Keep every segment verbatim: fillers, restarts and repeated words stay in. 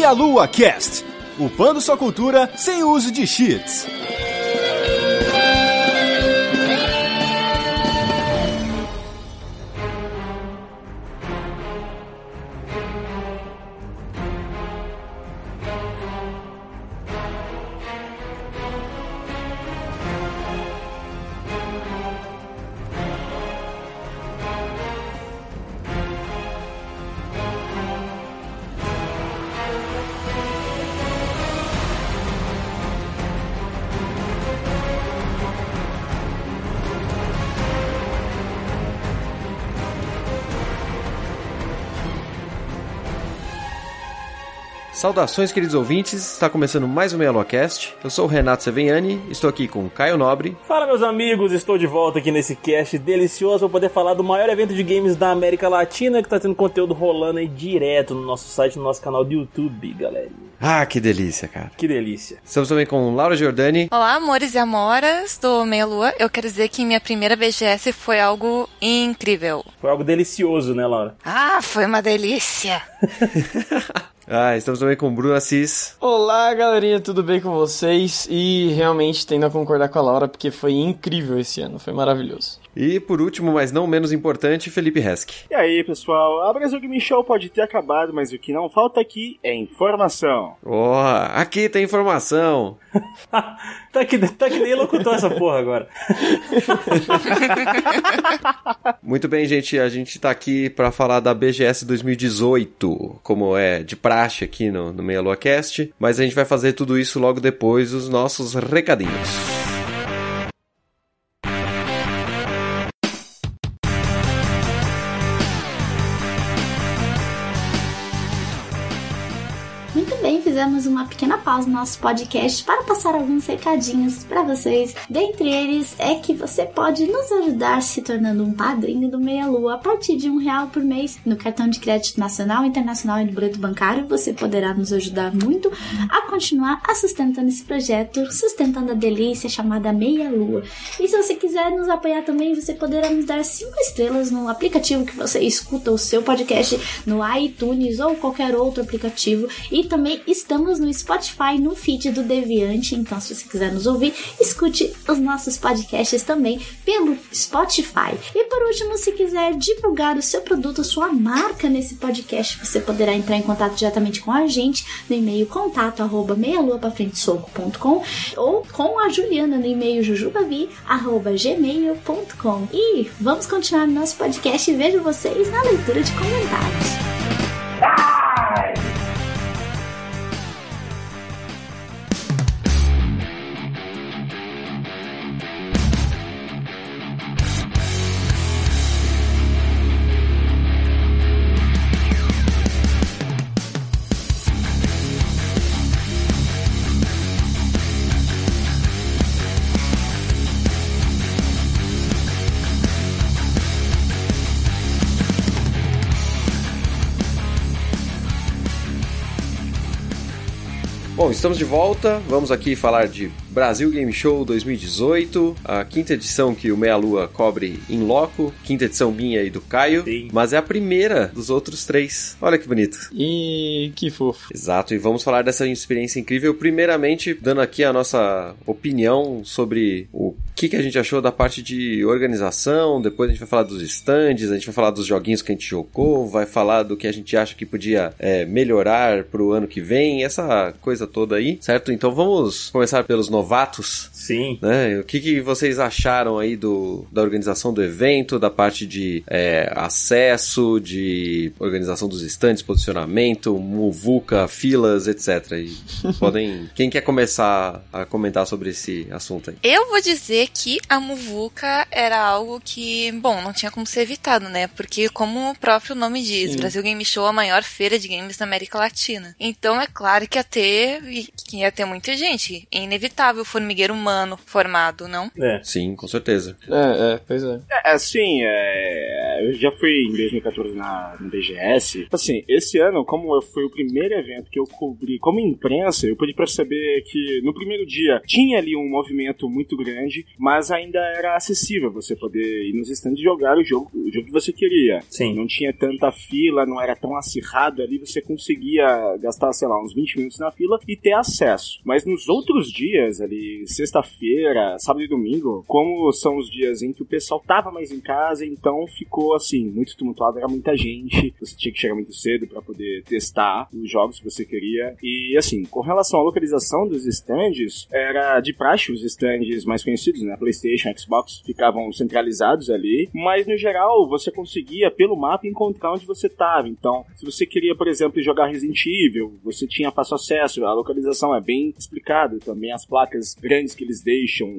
Meia Lua Cast, upando sua cultura sem uso de cheats. Saudações, queridos ouvintes, está começando mais um Meia Lua Cast. Eu sou o Renato Seveniani, estou aqui com o Caio Nobre. Fala, meus amigos, estou de volta aqui nesse cast delicioso para poder falar do maior evento de games da América Latina, que está tendo conteúdo rolando aí direto no nosso site, no nosso canal do YouTube, galera. Ah, que delícia, cara. Que delícia. Estamos também com Laura Giordani. Olá, amores e amoras do Meia Lua. Eu quero dizer que minha primeira B G S foi algo incrível. Foi algo delicioso, né, Laura? Ah, foi uma delícia. Ah, estamos também com o Bruno Assis. Olá, galerinha, tudo bem com vocês? E realmente tendo a concordar com a Laura, porque foi incrível esse ano, foi maravilhoso. E por último, mas não menos importante, Felipe Hesk. E aí, pessoal, a Brasil Game Show pode ter acabado, mas o que não falta aqui é informação. Ó, oh, aqui tem informação. tá, que, tá que nem locutor essa porra agora. Muito bem, gente, a gente tá aqui pra falar da B G S dois mil e dezoito, como é de praxe aqui no, no Meia Lua Cast, mas a gente vai fazer tudo isso logo depois dos nossos recadinhos. Fizemos uma pequena pausa no nosso podcast para passar alguns recadinhos para vocês. Dentre eles é que você pode nos ajudar se tornando um padrinho do Meia Lua a partir de um real por mês no cartão de crédito nacional, internacional e no boleto bancário. Você poderá nos ajudar muito a continuar a sustentando esse projeto, sustentando a delícia chamada Meia Lua. E se você quiser nos apoiar também, você poderá nos dar cinco estrelas no aplicativo que você escuta o seu podcast, no iTunes ou qualquer outro aplicativo. E também estamos no Spotify, no feed do Deviante, então se você quiser nos ouvir, escute os nossos podcasts também pelo Spotify. E por último, se quiser divulgar o seu produto, a sua marca nesse podcast, você poderá entrar em contato diretamente com a gente no e-mail contato arroba meialuapafrentesoco ponto com ou com a Juliana no e-mail jujubavi arroba gmail ponto com. E vamos continuar no nosso podcast e vejo vocês na leitura de comentários. Bom, estamos de volta, vamos aqui falar de Brasil Game Show dois mil e dezoito, a quinta edição que o Meia Lua cobre em loco, quinta edição minha e do Caio, Sim. Mas é a primeira dos outros três. Olha que bonito. E que fofo. Exato, e vamos falar dessa experiência incrível, primeiramente dando aqui a nossa opinião sobre o que, que a gente achou da parte de organização, depois a gente vai falar dos stands, a gente vai falar dos joguinhos que a gente jogou, vai falar do que a gente acha que podia é, melhorar pro ano que vem, essa coisa toda aí, certo? Então vamos começar pelos novatos. Sim. Né? O que, que vocês acharam aí do, da organização do evento, da parte de é, acesso, de organização dos stands, posicionamento, muvuca, filas, etcétera. E podem... Quem quer começar a comentar sobre esse assunto aí? Eu vou dizer que a muvuca era algo que, bom, não tinha como ser evitado, né? Porque como o próprio nome diz, Sim. Brasil Game Show é a maior feira de games da América Latina. Então é claro que ia ter, que ia ter muita gente. É inevitável o formigueiro humano formado, não? É. Sim, com certeza. É, é, pois é. É, assim, é... É, eu já fui em dois mil e quatorze na, no B G S. Assim, esse ano, como foi o primeiro evento que eu cobri como imprensa, eu pude perceber que no primeiro dia tinha ali um movimento muito grande, mas ainda era acessível você poder ir nos stands e jogar o jogo, o jogo que você queria. Sim. Não tinha tanta fila, não era tão acirrado ali, você conseguia gastar, sei lá, uns vinte minutos na fila e ter acesso. Mas nos outros dias, ali, sexta-feira, sábado e domingo, como são os dias em que o pessoal tava mais em casa, então ficou assim, muito tumultuado, era muita gente, você tinha que chegar muito cedo pra poder testar os jogos que você queria. E assim, com relação à localização dos stands, era de praxe os stands mais conhecidos, né, PlayStation, Xbox, ficavam centralizados ali, mas no geral você conseguia pelo mapa encontrar onde você tava. Então, se você queria, por exemplo, jogar Resident Evil, você tinha fácil acesso, a localização é bem explicada, também as placas grandes que eles deixam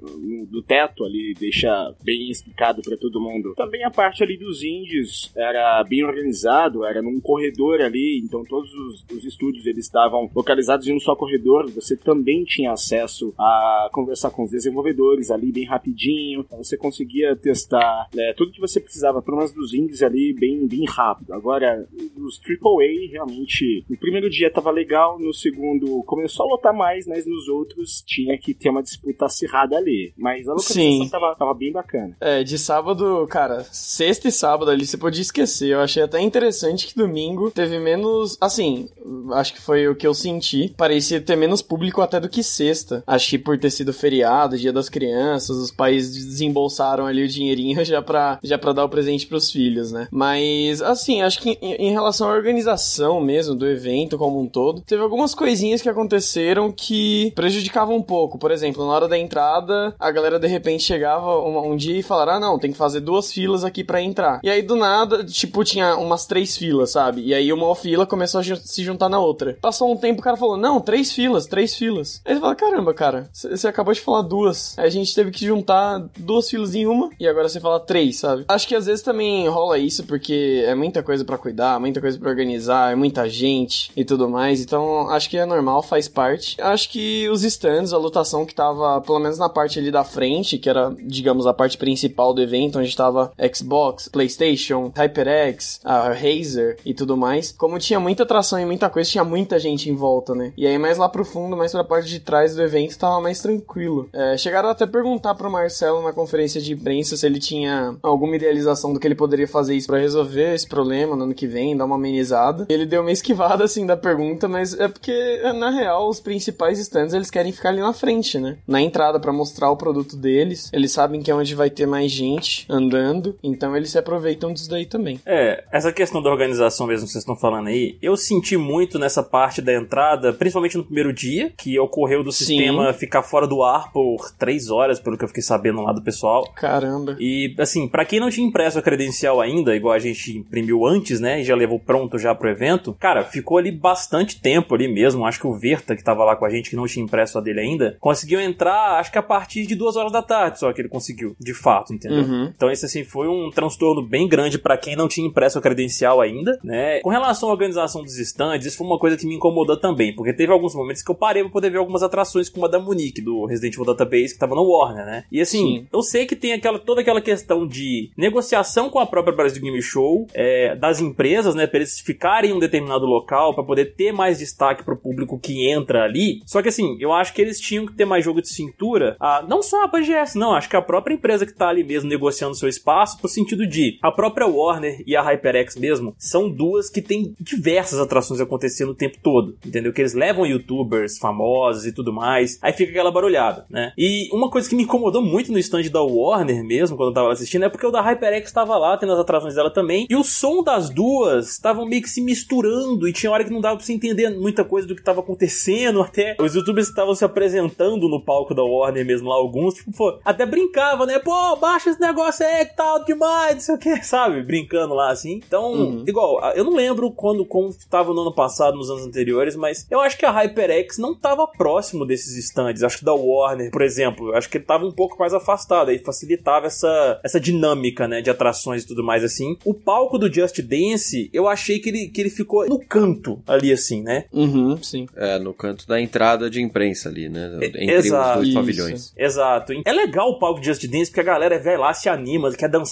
do teto ali, deixa bem explicado pra todo mundo. Também a parte ali dos indies era bem organizado, era num corredor ali, então todos os, os estúdios eles estavam localizados em um só corredor, você também tinha acesso a conversar com os desenvolvedores ali bem rapidinho, então você conseguia testar né, tudo que você precisava, pelo menos dos indies ali, bem, bem rápido. Agora, os triplo A, realmente, no primeiro dia tava legal, no segundo começou a lotar mais, mas nos outros tinha que ter uma disputa acirrada ali. Mas a localização tava, tava bem bacana. É, de sábado, cara, sexta e sábado ali você podia esquecer. Eu achei até interessante que domingo teve menos, assim, acho que foi o que eu senti, parecia ter menos público até do que sexta. Acho que por ter sido feriado, dia das crianças, os pais desembolsaram ali o dinheirinho já pra, já pra dar o presente pros filhos, né? Mas, assim, acho que em, em relação à organização mesmo do evento como um todo, teve algumas coisinhas que aconteceram que prejudicavam um pouco. Por exemplo, na hora da entrada, a galera de repente chegava um, um dia e falava, ah, não, tem que fazer duas filas aqui pra entrar. E aí, do nada, tipo, tinha umas três filas, sabe? E aí uma fila começou a ju- se juntar na outra. Passou um tempo, o cara falou, não, três filas, três filas. Aí você fala, caramba, cara, você acabou de falar duas. Aí a gente teve que juntar duas filas em uma, e agora você fala três, sabe? Acho que às vezes também rola isso, porque é muita coisa pra cuidar, muita coisa pra organizar, é muita gente e tudo mais, então acho que é normal, faz parte. Acho que os stands, a lotação que tava, pelo menos na parte ali da frente, que era, digamos, a parte principal do evento, onde tava Xbox, PlayStation, HyperX, a Razer e tudo mais, como tinha muita atração e muita coisa, tinha muita gente em volta, né? E aí mais lá pro fundo, mais pra parte de trás do evento, tava mais tranquilo. É, chegaram até a perguntar pro Marcelo na conferência de imprensa se ele tinha alguma idealização do que ele poderia fazer isso pra resolver esse problema no ano que vem, dar uma amenizada. Ele deu uma esquivada, assim, da pergunta, mas é porque, na real, os principais stands, eles querem ficar ali na frente, né? Na entrada, pra mostrar o produto deles. Eles sabem que é onde vai ter mais gente andando, então eles se aproveitam disso daí também. É, essa questão da organização mesmo que vocês estão falando aí, eu senti muito nessa parte da entrada, principalmente no primeiro dia, que ocorreu do Sim. sistema ficar fora do ar por três horas, pelo que eu fiquei sabendo lá do pessoal. Caramba. E, assim, pra quem não tinha impresso a credencial ainda, igual a gente imprimiu antes, né, e já levou pronto já pro evento, cara, ficou ali bastante tempo ali mesmo. Acho que o Verta, que tava lá com a gente, que não tinha impresso a dele ainda, conseguiu entrar, acho que a partir de duas horas da tarde só que ele conseguiu, de fato, entendeu? Uhum. Então esse, assim, foi um transtorno bem grande pra quem não tinha impresso a credencial ainda, né. Com relação à organização dos stands, isso foi uma coisa que me incomodou também, porque teve alguns momentos que eu parei pra poder ver algumas atrações, como a da Munique, do Resident Evil Database, que tava no Warner, né. E assim, Sim. eu sei que tem aquela, toda aquela questão de negociação com a própria Brasil Game Show, é, das empresas, né, pra eles ficarem em um determinado local, pra poder ter mais destaque pro público que entra ali. Só que assim, eu acho que eles tinham que ter mais jogo de cintura, a, não só a B G S, não, acho que a própria empresa que tá ali mesmo negociando seu espaço, pro sentido de, a própria Warner e a HyperX mesmo, são duas que tem diversas atrações acontecendo o tempo todo, entendeu? Que eles levam youtubers famosos e tudo mais, aí fica aquela barulhada, né? E uma coisa que me incomodou muito no stand da Warner mesmo, quando eu tava assistindo, é porque o da HyperX tava lá, tendo as atrações dela também, e o som das duas estavam meio que se misturando, e tinha hora que não dava pra você entender muita coisa do que tava acontecendo, até os youtubers que estavam se apresentando no palco da Warner mesmo lá, alguns, tipo, pô, até brincava, né? Pô, baixa esse negócio aí, que tal demais, não sei o que, sabe? Brincando lá, assim. Então, uhum. igual, eu não lembro quando, como tava no ano passado, nos anos anteriores, mas eu acho que a HyperX não tava próximo desses stands. Acho que da Warner, por exemplo, eu acho que ele tava um pouco mais afastado, aí facilitava essa, essa dinâmica, né, de atrações e tudo mais, assim. O palco do Just Dance, eu achei que ele, que ele ficou no canto ali, assim, né? Uhum, sim. É, no canto da entrada de imprensa ali, né? Entre Exato. os dois Isso. pavilhões. Exato. É legal o palco do Just Dance, porque a galera vai lá, se anima, quer dançar todo mundo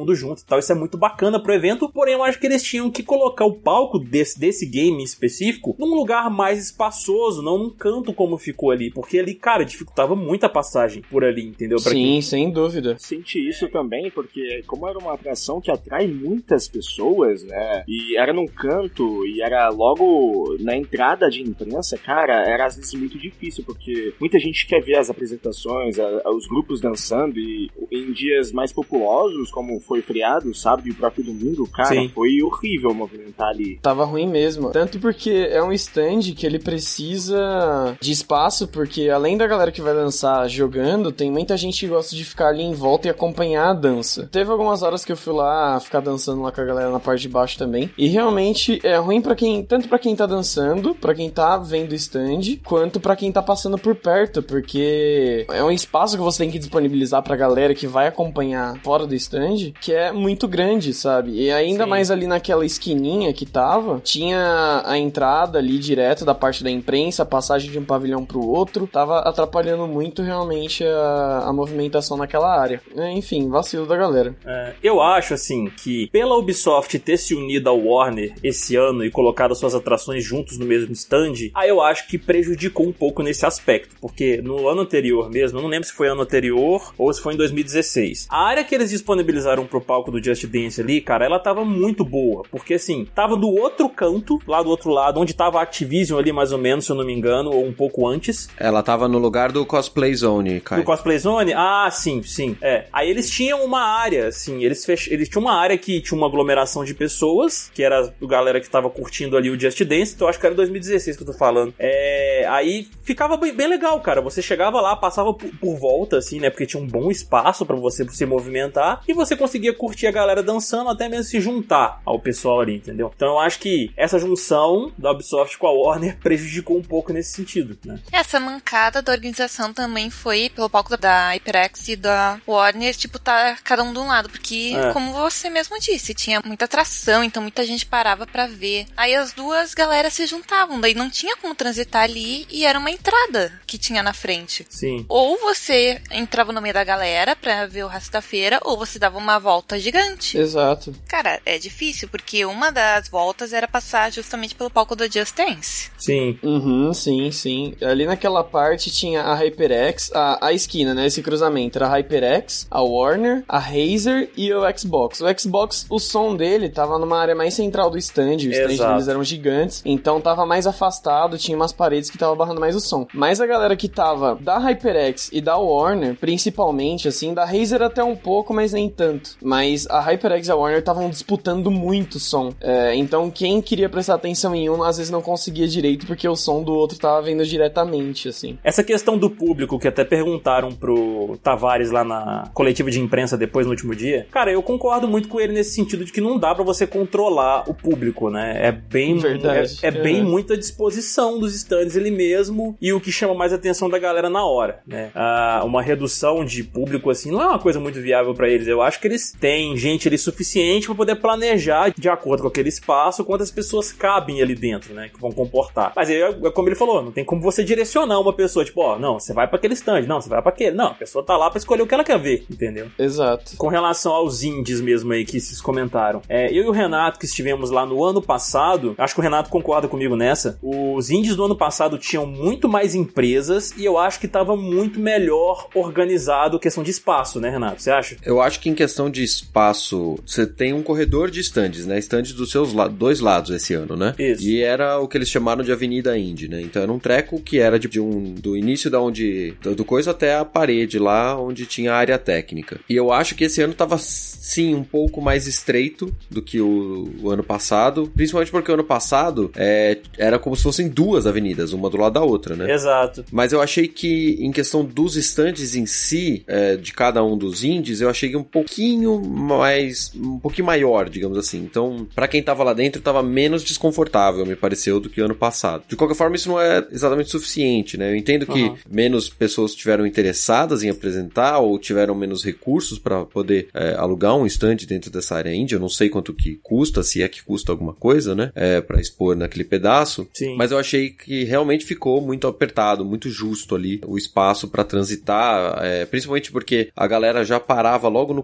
mundo junto e tal. Isso é muito bacana pro evento, porém eu acho que eles tinham que colocar o palco desse, desse game em específico num lugar mais espaçoso, não num canto como ficou ali, porque ali, cara, dificultava muito a passagem por ali, entendeu? Pra Sim, quem... sem dúvida. Senti isso também, porque como era uma atração que atrai muitas pessoas, né, e era num canto, e era logo na entrada de imprensa, cara, era às vezes muito difícil, porque muita gente quer ver as apresentações, a, a, os grupos dançando, e em dias mais populosos, como foi feriado, sábado e o próprio domingo, cara, Sim. foi horrível movimentar ali. Tava ruim mesmo, tanto porque é um stand que ele precisa de espaço, porque além da galera que vai dançar jogando, tem muita gente que gosta de ficar ali em volta e acompanhar a dança. Teve algumas horas que eu fui lá ficar dançando lá com a galera na parte de baixo também, e realmente é ruim para quem, tanto pra quem tá dançando, pra quem tá vendo o stand, quanto pra quem tá passando por perto, porque é um espaço que você tem que disponibilizar pra galera que vai acompanhar fora do stand, que é muito grande, sabe? E ainda Sim. mais ali naquela esquininha que tava, tinha a entrada ali direto da parte da imprensa, a passagem de um pavilhão pro outro, tava atrapalhando muito realmente a, a movimentação naquela área. Enfim, vacilo da galera. É, eu acho, assim, que pela Ubisoft ter se unido ao Warner esse ano e colocado suas atrações juntos no mesmo stand, aí eu acho que prejudicou um pouco nesse aspecto, porque no ano anterior mesmo, eu não lembro se foi ano anterior ou se foi em dois mil e dezesseis, a área que eles disponibilizaram pro palco do Just Dance ali, cara, ela tava muito boa, porque assim, tava do outro canto, lá do outro lado, onde tava a Activision ali mais ou menos, se eu não me engano, ou um pouco antes. Ela tava no lugar do Cosplay Zone, Kai. Do Cosplay Zone? Ah, sim, sim, é. Aí eles tinham uma área, assim, eles, fech... eles tinham uma área que tinha uma aglomeração de pessoas, que era a galera que tava curtindo ali o Just Dance, então acho que era dois mil e dezesseis que eu tô falando. É... Aí ficava bem, bem legal, cara, você chegava lá, passava por, por volta, assim, né, porque tinha um bom espaço pra você se movimentar, e você conseguia curtir a galera dançando, até mesmo se juntar ao pessoal ali, entendeu? Então eu acho que essa junção da Ubisoft com a Warner prejudicou um pouco nesse sentido, né? Essa mancada da organização também foi pelo palco da HyperX e da Warner, tipo, tá cada um de um lado, porque, é. como você mesmo disse, tinha muita atração, então muita gente parava pra ver. Aí as duas galeras se juntavam, daí não tinha como transitar ali e era uma entrada que tinha na frente. Sim. Ou você entrava no meio da galera pra ver o resto da feira, ou você dava uma volta gigante. Exato. Cara, é difícil, porque uma das voltas era passar justamente pelo palco do Just Dance. Sim. Uhum, sim, sim. Ali naquela parte tinha a HyperX, a, a esquina, né, esse cruzamento, era a HyperX, a Warner, a Razer e o Xbox. O Xbox, o som dele tava numa área mais central do stand, os stands deles eram gigantes, então tava mais afastado, tinha umas paredes que tava barrando mais o som. Mas a galera que tava da HyperX e da Warner, principalmente, assim, da Razer até um pouco, mas nem tanto. Mas a HyperX e a Warner estavam disputando muito som. É, então quem queria prestar atenção em um, às vezes não conseguia direito, porque o som do outro tava vindo diretamente, assim. Essa questão do público, que até perguntaram pro Tavares lá na coletiva de imprensa depois, no último dia, cara, eu concordo muito com ele nesse sentido de que não dá pra você controlar o público, né? É bem, Verdade. é, é bem uhum. muita disposição dos stands ele mesmo e o que chama mais atenção da galera na hora, né? Ah, uma redução de público, assim, não é uma coisa muito viável pra eles. Eu acho que eles têm gente ali suficiente pra poder planejar de acordo com aquele espaço quantas pessoas cabem ali dentro, né? Que vão comportar. Mas aí, como ele falou, não tem como você direcionar uma pessoa, tipo, ó, não, você vai pra aquele stand, não, você vai pra aquele. Não, a pessoa tá lá pra escolher o que ela quer ver, entendeu? Exato. Com relação aos indies mesmo aí que vocês comentaram, é, eu e o Renato que estivemos lá no ano passado, acho que o Renato concorda comigo nessa, os indies do ano passado tinham muito mais empresas e eu acho que tava muito melhor organizado questão de espaço, né, Renato? Você acha? Eu acho que em questão de espaço, você tem um corredor de stands, né? Stands dos seus la- dois lados esse ano, né? Isso. E era o que eles chamaram de Avenida Indie, né? Então era um treco que era de, de um, do início da onde, do, do coisa até a parede lá, onde tinha a área técnica. E eu acho que esse ano tava, sim, um pouco mais estreito do que o, o ano passado, principalmente porque o ano passado é, era como se fossem duas avenidas, uma do lado da outra, né? Exato. Mas eu achei que, em questão dos stands em si, é, de cada um dos indies, eu achei que um pouquinho mais, um pouquinho maior, digamos assim. Então, pra quem tava lá dentro, tava menos desconfortável, me pareceu, do que o ano passado. De qualquer forma, isso não é exatamente suficiente, né? Eu entendo que uhum. menos pessoas estiveram interessadas em apresentar ou tiveram menos recursos pra poder é, alugar um stand dentro dessa área indie. Eu não sei quanto que custa, se é que custa alguma coisa, né? É, pra expor naquele pedaço. Sim. Mas eu achei que realmente ficou muito apertado, muito justo ali o espaço pra transitar, é, principalmente porque a galera já parava logo no começo.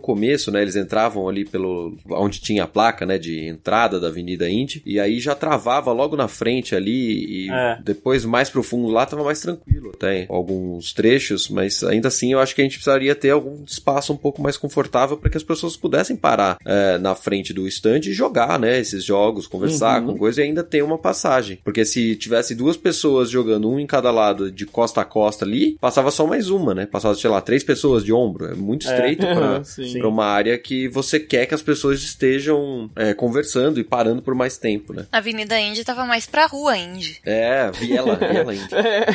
começo, né, eles entravam ali pelo, onde tinha a placa, né, de entrada da Avenida Indy, e aí já travava logo na frente ali, e é. depois mais pro fundo lá tava mais tranquilo até, alguns trechos, mas ainda assim eu acho que a gente precisaria ter algum espaço um pouco mais confortável para que as pessoas pudessem parar é, na frente do stand e jogar, né, esses jogos, conversar uhum. com coisa e ainda ter uma passagem, porque se tivesse duas pessoas jogando um em cada lado de costa a costa ali, passava só mais uma, né, passava, sei lá, três pessoas de ombro, é muito estreito é. pra, pra uma área que você quer que as pessoas estejam é, conversando e parando por mais tempo, né. A Avenida Indy tava mais pra rua Indy. É, Viela, Viela Indy.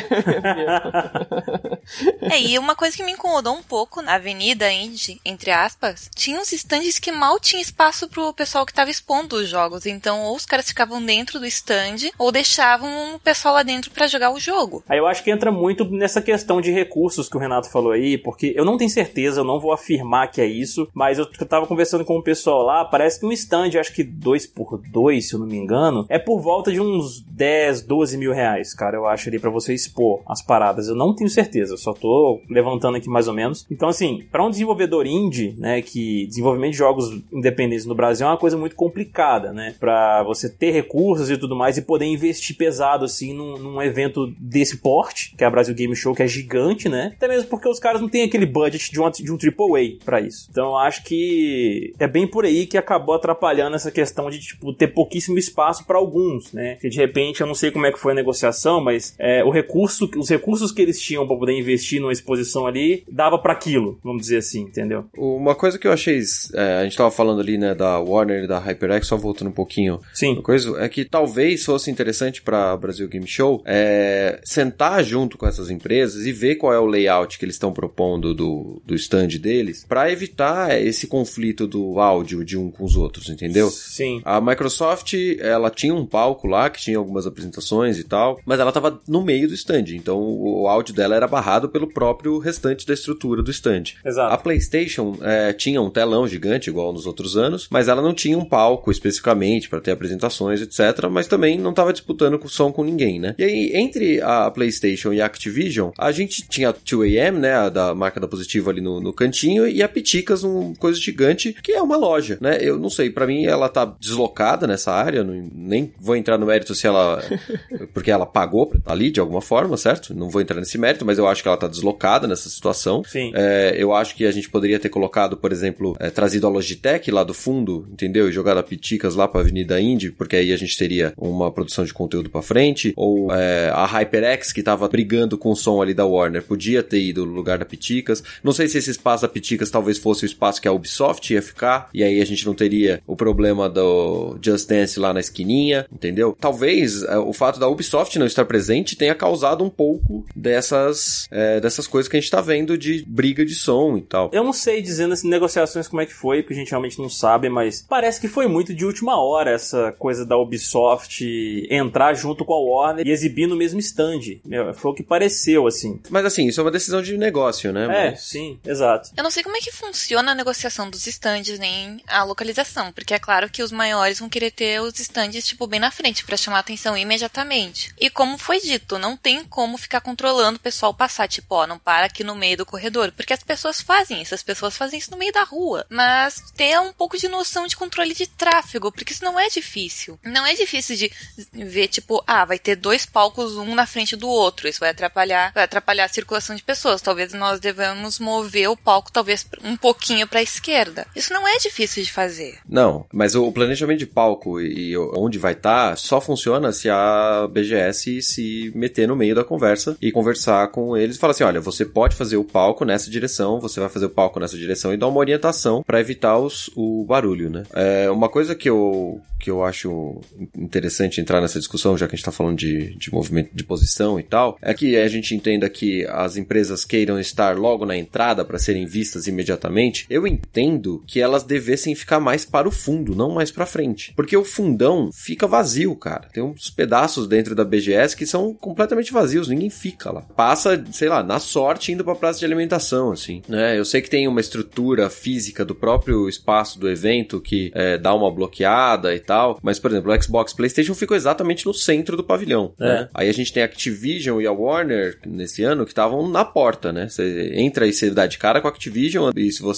É, e uma coisa que me incomodou um pouco na Avenida Indy, entre aspas, tinha uns stands que mal tinha espaço pro pessoal que tava expondo os jogos, então ou os caras ficavam dentro do stand, ou deixavam o pessoal lá dentro pra jogar o jogo. Aí eu acho que entra muito nessa questão de recursos que o Renato falou aí, porque eu não tenho certeza, eu não vou afirmar que é isso, mas eu, eu tava conversando com o pessoal lá, parece que um stand, acho que dois por dois, se eu não me engano, é por volta de uns dez, doze mil reais, cara, eu acho ali pra você expor as paradas. Eu não tenho certeza, eu só tô levantando aqui mais ou menos. Então, assim, pra um desenvolvedor indie, né, que desenvolvimento de jogos independentes no Brasil é uma coisa muito complicada, né, pra você ter recursos e tudo mais e poder investir pesado, assim, num, num evento desse porte, que é a Brasil Game Show, que é gigante, né, até mesmo porque os caras não têm aquele budget de um, de um triplo A pra isso. Então, eu acho que é bem por aí que acabou atrapalhando essa questão de, tipo, ter pouquíssimo espaço pra alguns, né, que de repente, eu não sei como é que foi a negociação, mas é, o recurso, os recursos que eles tinham pra poder investir numa exposição ali, dava pra aquilo, vamos dizer assim, entendeu? Uma coisa que eu achei, é, a gente tava falando ali, né, da Warner e da HyperX, só voltando um pouquinho. Sim. Uma coisa é que talvez fosse interessante pra Brasil Game Show é, sentar junto com essas empresas e ver qual é o layout que eles estão propondo do, do stand deles, pra evitar esse conflito do áudio de um com os outros, entendeu? Sim. A Microsoft, ela tinha um palco lá, que tinha algumas apresentações e tal, mas ela tava no meio do stand, então o áudio dela era barrado pelo próprio restante da estrutura do stand. Exato. A PlayStation é, tinha um telão gigante, igual nos outros anos, mas ela não tinha um palco especificamente para ter apresentações, etcétera, mas também não estava disputando com som com ninguém, né? E aí, entre a PlayStation e a Activision, a gente tinha a dois A M, né, a da marca da Positivo ali no, no cantinho, e a Piticas, um coisa gigante, que é uma loja, né? Eu não sei, para mim ela tá deslocada nessa área, não, nem vou entrar no mérito se ela... porque ela pagou pra estar ali de alguma forma, certo? Não vou entrar nesse mérito, mas eu acho que ela tá deslocada nessa situação. Sim. É, eu acho que a gente poderia ter colocado, por exemplo, é, trazido a Logitech lá do fundo, entendeu? E jogado a Piticas lá pra Avenida Indy, porque aí a gente teria uma produção de conteúdo pra frente. Ou é, a HyperX, que tava brigando com o som ali da Warner, podia ter ido no lugar da Piticas. Não sei se esse espaço da Piticas talvez fosse o espaço que a Ubisoft ia ficar, e aí a gente não teria o problema do Just Dance lá na esquininha, entendeu? Talvez é, o fato da Ubisoft não estar presente tenha causado um pouco dessas, é, dessas coisas que a gente tá vendo de briga de som e tal. Eu não sei dizendo assim, negociações como é que foi, porque a gente realmente não sabe, mas parece que foi muito de última hora essa coisa da Ubisoft entrar junto com a Warner e exibir no mesmo stand. Foi o que pareceu, assim. Mas assim, isso é uma decisão de negócio, né? É, mas... sim, exato. Eu não sei como é que funciona a negociação dos stands, nem a localização, porque é claro que os maiores vão querer ter os stands, tipo, bem na frente, pra chamar a atenção imediatamente. E como foi dito, não tem como ficar controlando o pessoal passar, tipo, ó, não para aqui no meio do corredor, porque as pessoas fazem isso, as pessoas fazem isso no meio da rua. Mas ter um pouco de noção de controle de tráfego, porque isso não é difícil. Não é difícil de ver, tipo, ah, vai ter dois palcos, um na frente do outro, isso vai atrapalhar, vai atrapalhar a circulação de pessoas. Talvez nós devamos mover o palco, talvez, um pouquinho pra esquerda. Isso não é difícil de fazer. Não, mas o planejamento de palco e onde vai estar tá, só funciona se a B G S se meter no meio da conversa e conversar com eles e falar assim, olha, você pode fazer o palco nessa direção, você vai fazer o palco nessa direção e dar uma orientação pra evitar os, o barulho, né? É, uma coisa que eu, que eu acho interessante entrar nessa discussão, já que a gente tá falando de, de movimento de posição e tal, é que a gente entenda que as empresas queiram estar logo na entrada para serem vistas imediatamente. Eu entendo que elas devessem ficar mais para o fundo, não mais pra frente. Porque o fundão fica vazio, cara. Tem uns pedaços dentro da B G S que são completamente vazios, ninguém fica lá. Passa, sei lá, na sorte indo pra praça de alimentação, assim, né? Eu sei que tem uma estrutura física do próprio espaço do evento que é, dá uma bloqueada e tal, mas, por exemplo, o Xbox PlayStation ficou exatamente no centro do pavilhão, é. né? Aí a gente tem a Activision e a Warner nesse ano que estavam na porta, né? Você entra e você dá de cara com a Activision, e se você viesse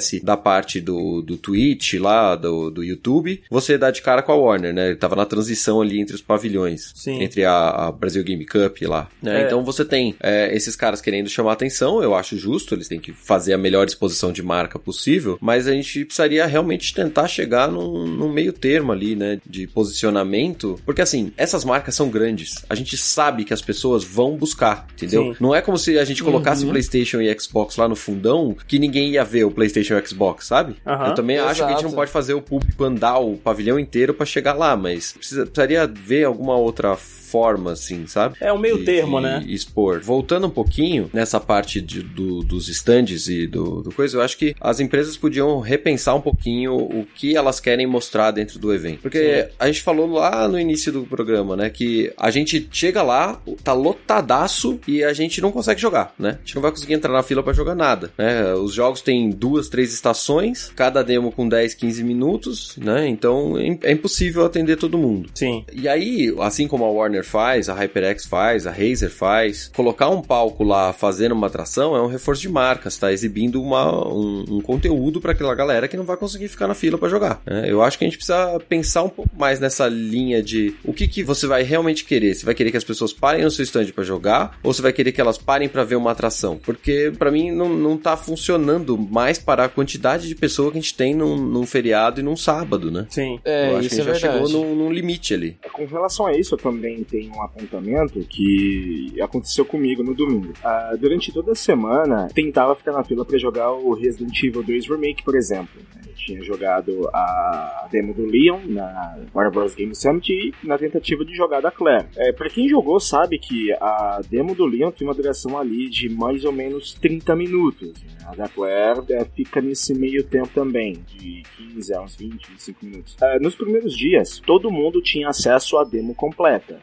desce da parte do, do Twitch lá, do, do YouTube, você dá de cara com a Warner, né? Ele tava na transição ali entre os pavilhões. Sim. Entre a, a Brasil Game Cup lá. Né? É. Então você tem é, esses caras querendo chamar atenção, eu acho justo, eles têm que fazer a melhor exposição de marca possível, mas a gente precisaria realmente tentar chegar num, num meio termo ali, né? De posicionamento, porque assim, essas marcas são grandes. A gente sabe que as pessoas vão buscar, entendeu? Sim. Não é como se a gente colocasse uhum. PlayStation e Xbox lá no fundão, que ninguém ia ver o PlayStation e o Xbox, sabe? Uhum. Eu também Exato. acho que a gente não pode fazer o público andar o pavilhão inteiro pra chegar lá, mas precisa, precisaria ver alguma outra forma, assim, sabe? É um meio de, termo, de né? Expor. Voltando um pouquinho nessa parte de, do, dos stands e do, do coisa, eu acho que as empresas podiam repensar um pouquinho o que elas querem mostrar dentro do evento. Porque Sim. a gente falou lá no início do programa, né, que a gente chega lá, tá lotadaço e a gente não consegue jogar, né? A gente não vai conseguir entrar na fila pra jogar nada, né? Os jogos têm duas, três estações, cada demo com dez, quinze minutos, né? Então é impossível atender todo mundo. Sim. E aí, assim como a Warner faz, a HyperX faz, a Razer faz, colocar um palco lá fazendo uma atração é um reforço de marcas, tá exibindo uma, um, um conteúdo para aquela galera que não vai conseguir ficar na fila para jogar, né? Eu acho que a gente precisa pensar um pouco mais nessa linha de o que, que você vai realmente querer. Você vai querer que as pessoas parem no seu stand para jogar ou você vai querer que elas parem para ver uma atração? Porque para mim não, não tá funcionando mais para a quantidade de pessoas que a gente tem num, num feriado e num sábado, né? Sim. É, eu acho isso que a gente é já verdade. chegou num, num limite ali. Com relação a isso, eu também tenho um apontamento que aconteceu comigo no domingo. Uh, durante toda a semana, tentava ficar na fila para jogar o Resident Evil dois Remake, por exemplo. Eu tinha jogado a demo do Leon na Warner Bros. Game Summit e na tentativa de jogar da Claire. É, para quem jogou sabe que a demo do Leon tem uma duração ali de mais ou menos trinta minutos. Né? A da Claire é, fica nesse meio tempo também, de quinze a uns vinte, vinte e cinco minutos. Uh, nos primeiros dias, todo mundo tinha acesso à demo completa,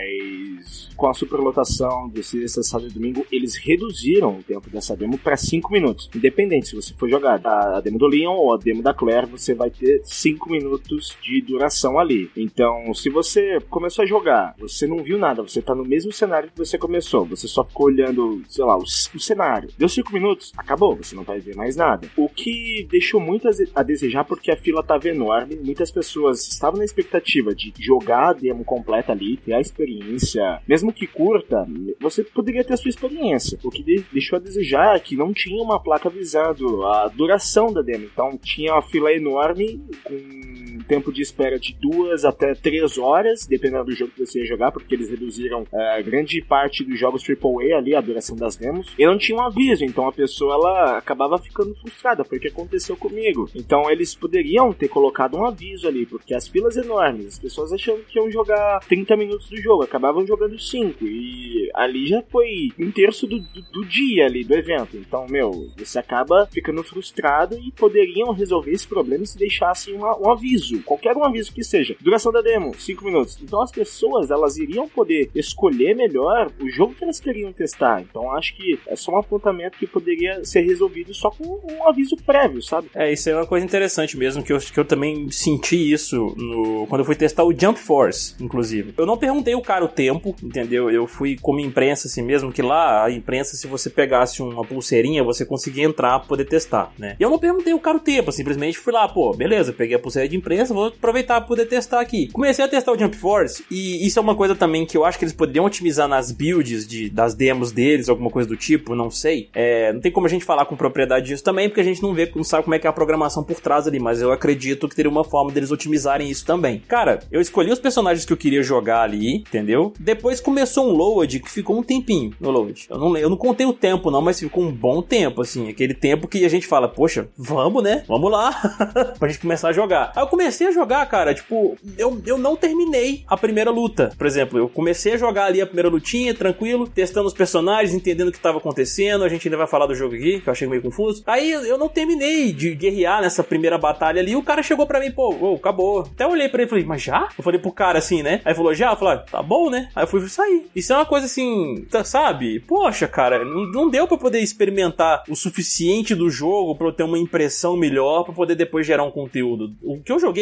mas com a superlotação de sexta, sábado e domingo, eles reduziram o tempo dessa demo para cinco minutos. Independente se você for jogar a demo do Leon ou a demo da Claire, você vai ter cinco minutos de duração ali. Então, se você começou a jogar, você não viu nada, você tá no mesmo cenário que você começou, você só ficou olhando, sei lá, o, o cenário. Deu cinco minutos, acabou, você não vai ver mais nada. O que deixou muito a desejar porque a fila tava enorme, muitas pessoas estavam na expectativa de jogar a demo completa ali, ter a experiência, mesmo que curta, você poderia ter a sua experiência. O que deixou a desejar é que não tinha uma placa avisando a duração da demo, então tinha uma fila enorme com tempo de espera de duas até três horas, dependendo do jogo que você ia jogar, porque eles reduziram uh, grande parte dos jogos triplo A ali, a duração das demos, e não tinha um aviso, então a pessoa ela acabava ficando frustrada, foi o que aconteceu comigo. Então eles poderiam ter colocado um aviso ali, porque as filas enormes, as pessoas achando que iam jogar trinta minutos do jogo, acabavam jogando cinco, e ali já foi um terço do, do, do dia ali, do evento. Então, meu, você acaba ficando frustrado e poderiam resolver esse problema se deixassem uma, um aviso, qualquer um aviso que seja. Duração da demo, cinco minutos. Então as pessoas, elas iriam poder escolher melhor o jogo que elas queriam testar. Então acho que é só um apontamento que poderia ser resolvido só com um aviso prévio, sabe? É, isso é uma coisa interessante mesmo, que eu, que eu também senti isso no, quando eu fui testar o Jump Force, inclusive. Eu não perguntei o cara o tempo, entendeu? Eu fui como imprensa assim mesmo, que lá a imprensa, se você pegasse uma pulseirinha, você conseguia entrar pra poder testar, né? E eu não perguntei o cara o tempo, eu simplesmente fui lá, pô, beleza, peguei a pulseira de imprensa, vou aproveitar pra poder testar aqui. Comecei a testar o Jump Force, e isso é uma coisa também que eu acho que eles poderiam otimizar nas builds de, das demos deles, alguma coisa do tipo, não sei. É, não tem como a gente falar com propriedade disso também, porque a gente não vê, não sabe como é que é a programação por trás ali, mas eu acredito que teria uma forma deles otimizarem isso também. Cara, eu escolhi os personagens que eu queria jogar ali, entendeu? Depois começou um load que ficou um tempinho no load. Eu não, eu não contei o tempo não, mas ficou um bom tempo, assim, aquele tempo que a gente fala, poxa, vamos, né? Vamos lá, pra gente começar a jogar. Aí eu comecei a jogar, cara, tipo, eu, eu não terminei a primeira luta. Por exemplo, eu comecei a jogar ali a primeira lutinha, tranquilo, testando os personagens, entendendo o que tava acontecendo, a gente ainda vai falar do jogo aqui, que eu achei meio confuso. Aí eu não terminei de guerrear nessa primeira batalha ali, o cara chegou pra mim, pô, oh, acabou. Até eu olhei pra ele e falei, mas já? Eu falei pro cara assim, né? Aí falou, já? Eu falei, tá bom, né? Aí eu fui sair. Isso é uma coisa assim, tá, sabe? Poxa, cara, não, não deu pra poder experimentar o suficiente do jogo pra eu ter uma impressão melhor, pra poder depois gerar um conteúdo. O que eu joguei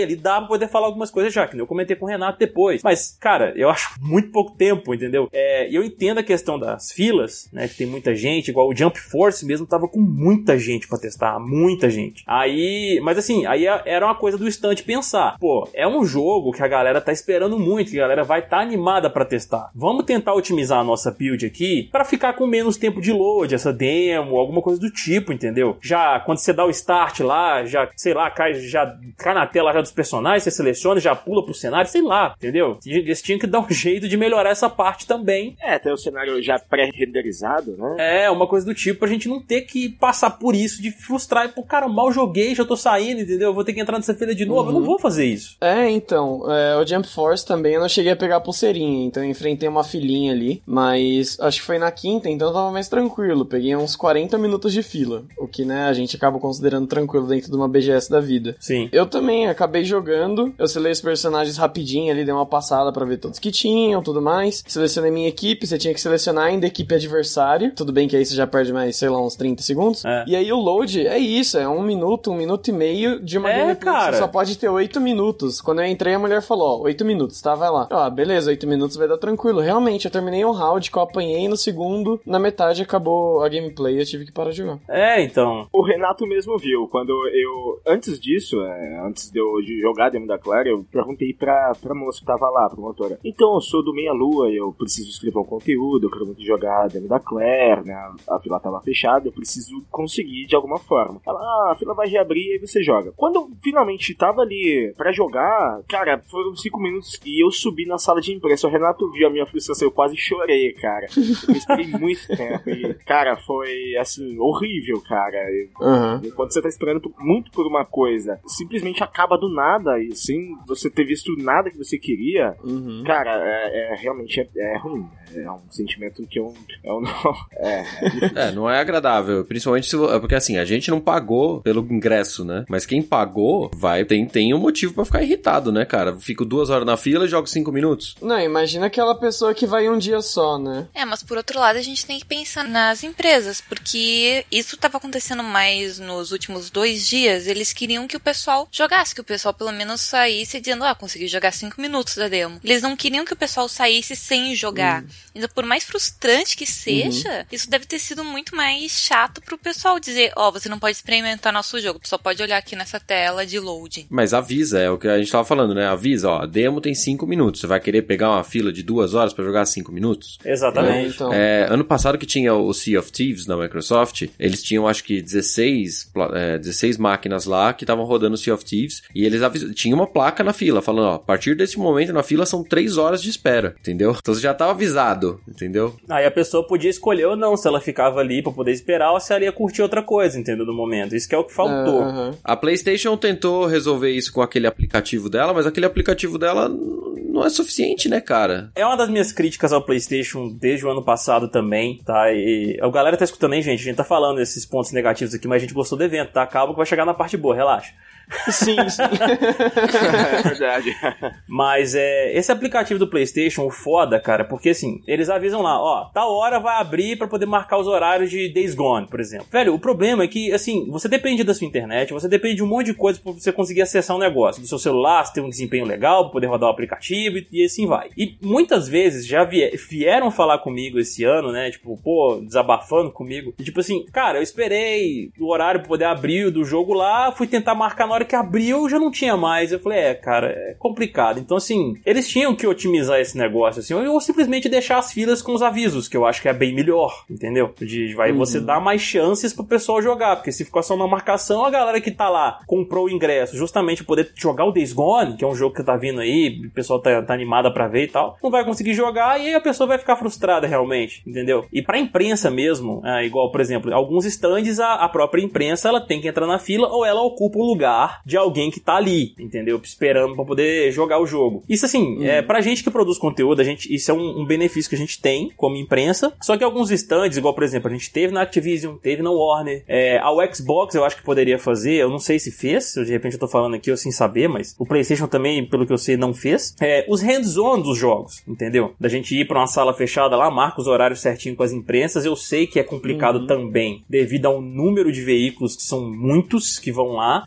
ali dá pra poder falar algumas coisas já, que eu comentei com o Renato depois. Mas, cara, eu acho muito pouco tempo, entendeu? É, eu entendo a questão das filas, né, que tem muita gente, igual o Jump Force mesmo tava com muita gente pra testar, muita gente. Aí, mas assim, aí era uma coisa do stand pensar, pô, é um jogo que a galera tá esperando muito, que a galera vai estar tá animada pra testar. Vamos tentar otimizar a nossa build aqui pra ficar com menos tempo de load, essa demo, alguma coisa do tipo, entendeu? Já, quando você dá o start lá, já, sei lá, cai, já cai na tela já dos personagens, você seleciona, já pula pro cenário, sei lá, entendeu? Eles tinham que dar um jeito de melhorar essa parte também. É, tem o cenário já pré-renderizado, né? É, uma coisa do tipo, pra gente não ter que passar por isso, de frustrar, e pô, cara, mal joguei, já tô saindo, entendeu? Eu vou ter que entrar nessa fila de novo, uhum. Eu não vou fazer isso. É, então, é, o Jump Force também eu não cheguei a pegar a pulseirinha, então eu enfrentei uma filinha ali, mas acho que foi na quinta, então eu tava mais tranquilo, peguei uns quarenta minutos de fila, o que, né, a gente acaba considerando tranquilo dentro de uma B G S da vida. Sim. Eu também acabei jogando, eu selecionei os personagens rapidinho ali, dei uma passada pra ver todos que tinham, tudo mais, selecionei minha equipe, você tinha que selecionar ainda a equipe adversária, tudo bem que aí você já perde mais, sei lá, uns trinta segundos, é. E aí o load é isso, é um minuto, um minuto e meio de uma é, gameplay cara. que você só pode ter oito minutos. Quando eu entrei, a mulher falou, ó, oito minutos, tá? Vai lá. Ó, beleza, oito minutos vai dar tranquilo. Realmente, eu terminei um round que eu apanhei no segundo, na metade acabou a gameplay e eu tive que parar de jogar. É, então. O Renato mesmo viu, quando eu, antes disso, é, antes de eu jogar Demo da Claire, eu perguntei pra, pra moça que tava lá, promotora. Então, eu sou do Meia Lua, eu preciso escrever um conteúdo, eu quero muito jogar Demo da Claire, né? A fila tava fechada, eu preciso conseguir de alguma forma. Ela, ah, a fila vai reabrir e aí você joga. Quando eu finalmente tava ali pra jogar, cara, foram cinco minutos e eu subi na sala de imprensa. O Renato viu a minha frustração, eu quase chorei, cara. Eu esperei muito tempo e, cara, foi, assim, horrível, cara. Uhum. Quando você tá esperando muito por uma coisa, simplesmente acaba do nada e sem você ter visto nada que você queria, uhum. Cara, é, é realmente é, é ruim. É um sentimento que eu, eu não... É, é, não é agradável. Principalmente se, porque assim, a gente não pagou pelo ingresso, né? Mas quem pagou, vai, tem, tem um motivo pra ficar irritado, né, cara? Fico duas horas na fila e jogo cinco minutos. Não, imagina aquela pessoa que vai um dia só, né? É, mas por outro lado a gente tem que pensar nas empresas, porque isso tava acontecendo mais nos últimos dois dias. Eles queriam que o pessoal jogasse, que o pessoal pelo menos saísse dizendo, ah, consegui jogar cinco minutos da demo. Eles não queriam que o pessoal saísse sem jogar. Hum. Então, por mais frustrante que seja, uhum. Isso deve ter sido muito mais chato pro pessoal dizer, ó, oh, você não pode experimentar nosso jogo, tu só pode olhar aqui nessa tela de loading. Mas avisa, é o que a gente tava falando, né? Avisa, ó, a demo tem cinco minutos, você vai querer pegar uma fila de duas horas pra jogar cinco minutos? Exatamente. É, então. É, ano passado que tinha o Sea of Thieves na Microsoft, eles tinham acho que dezesseis, é, dezesseis máquinas lá que estavam rodando o Sea of Thieves e eles avis... tinha uma placa na fila falando, ó, a partir desse momento na fila são três horas de espera, entendeu? Então você já tava avisado, entendeu? Aí a pessoa podia escolher ou não, se ela ficava ali pra poder esperar ou se ela ia curtir outra coisa, entendeu? No momento. Isso que é o que faltou. Uh, uh-huh. A PlayStation tentou resolver isso com aquele aplicativo dela, mas aquele aplicativo dela não é suficiente, né, cara? É uma das minhas críticas ao PlayStation desde o ano passado também, tá? E a galera tá escutando aí, gente. A gente tá falando esses pontos negativos aqui, mas a gente gostou do evento, tá? Calma que vai chegar na parte boa, relaxa. Sim, sim. É verdade. Mas é, esse aplicativo do PlayStation, o foda, cara, porque assim, eles avisam lá, ó, tal hora vai abrir pra poder marcar os horários de Days Gone, por exemplo. Velho, o problema é que, assim, você depende da sua internet, você depende de um monte de coisa pra você conseguir acessar um negócio. Do seu celular, você tem um desempenho legal pra poder rodar o aplicativo e, e assim vai. E muitas vezes já vier, vieram falar comigo esse ano, né, tipo, pô, desabafando comigo. E tipo assim, cara, eu esperei o horário pra poder abrir do jogo lá, fui tentar marcar na hora que abriu, já não tinha mais. Eu falei, é, cara, é complicado. Então, assim, eles tinham que otimizar esse negócio, assim, ou simplesmente deixar as filas com os avisos, que eu acho que é bem melhor, entendeu? De, vai uhum. Você dar mais chances pro pessoal jogar, porque se ficar só na marcação, a galera que tá lá, comprou o ingresso, justamente poder jogar o Days Gone, que é um jogo que tá vindo aí, o pessoal tá, tá animado pra ver e tal, não vai conseguir jogar, e aí a pessoa vai ficar frustrada realmente, entendeu? E pra imprensa mesmo, é, igual, por exemplo, alguns stands, a, a própria imprensa, ela tem que entrar na fila, ou ela ocupa o lugar de alguém que tá ali, entendeu? Esperando pra poder jogar o jogo. Isso assim, hum. é, pra gente que produz conteúdo, a gente, isso é um, um benefício que a gente tem como imprensa, só que alguns stands, igual por exemplo, a gente teve na Activision, teve na Warner, é, a Xbox eu acho que poderia fazer, eu não sei se fez, de repente eu tô falando aqui eu sem saber, mas o PlayStation também, pelo que eu sei, não fez. É, os hands-on dos jogos, entendeu? Da gente ir pra uma sala fechada lá, marca os horários certinho com as imprensas, eu sei que é complicado uhum. também, devido a um número de veículos que são muitos que vão lá, mas eu acho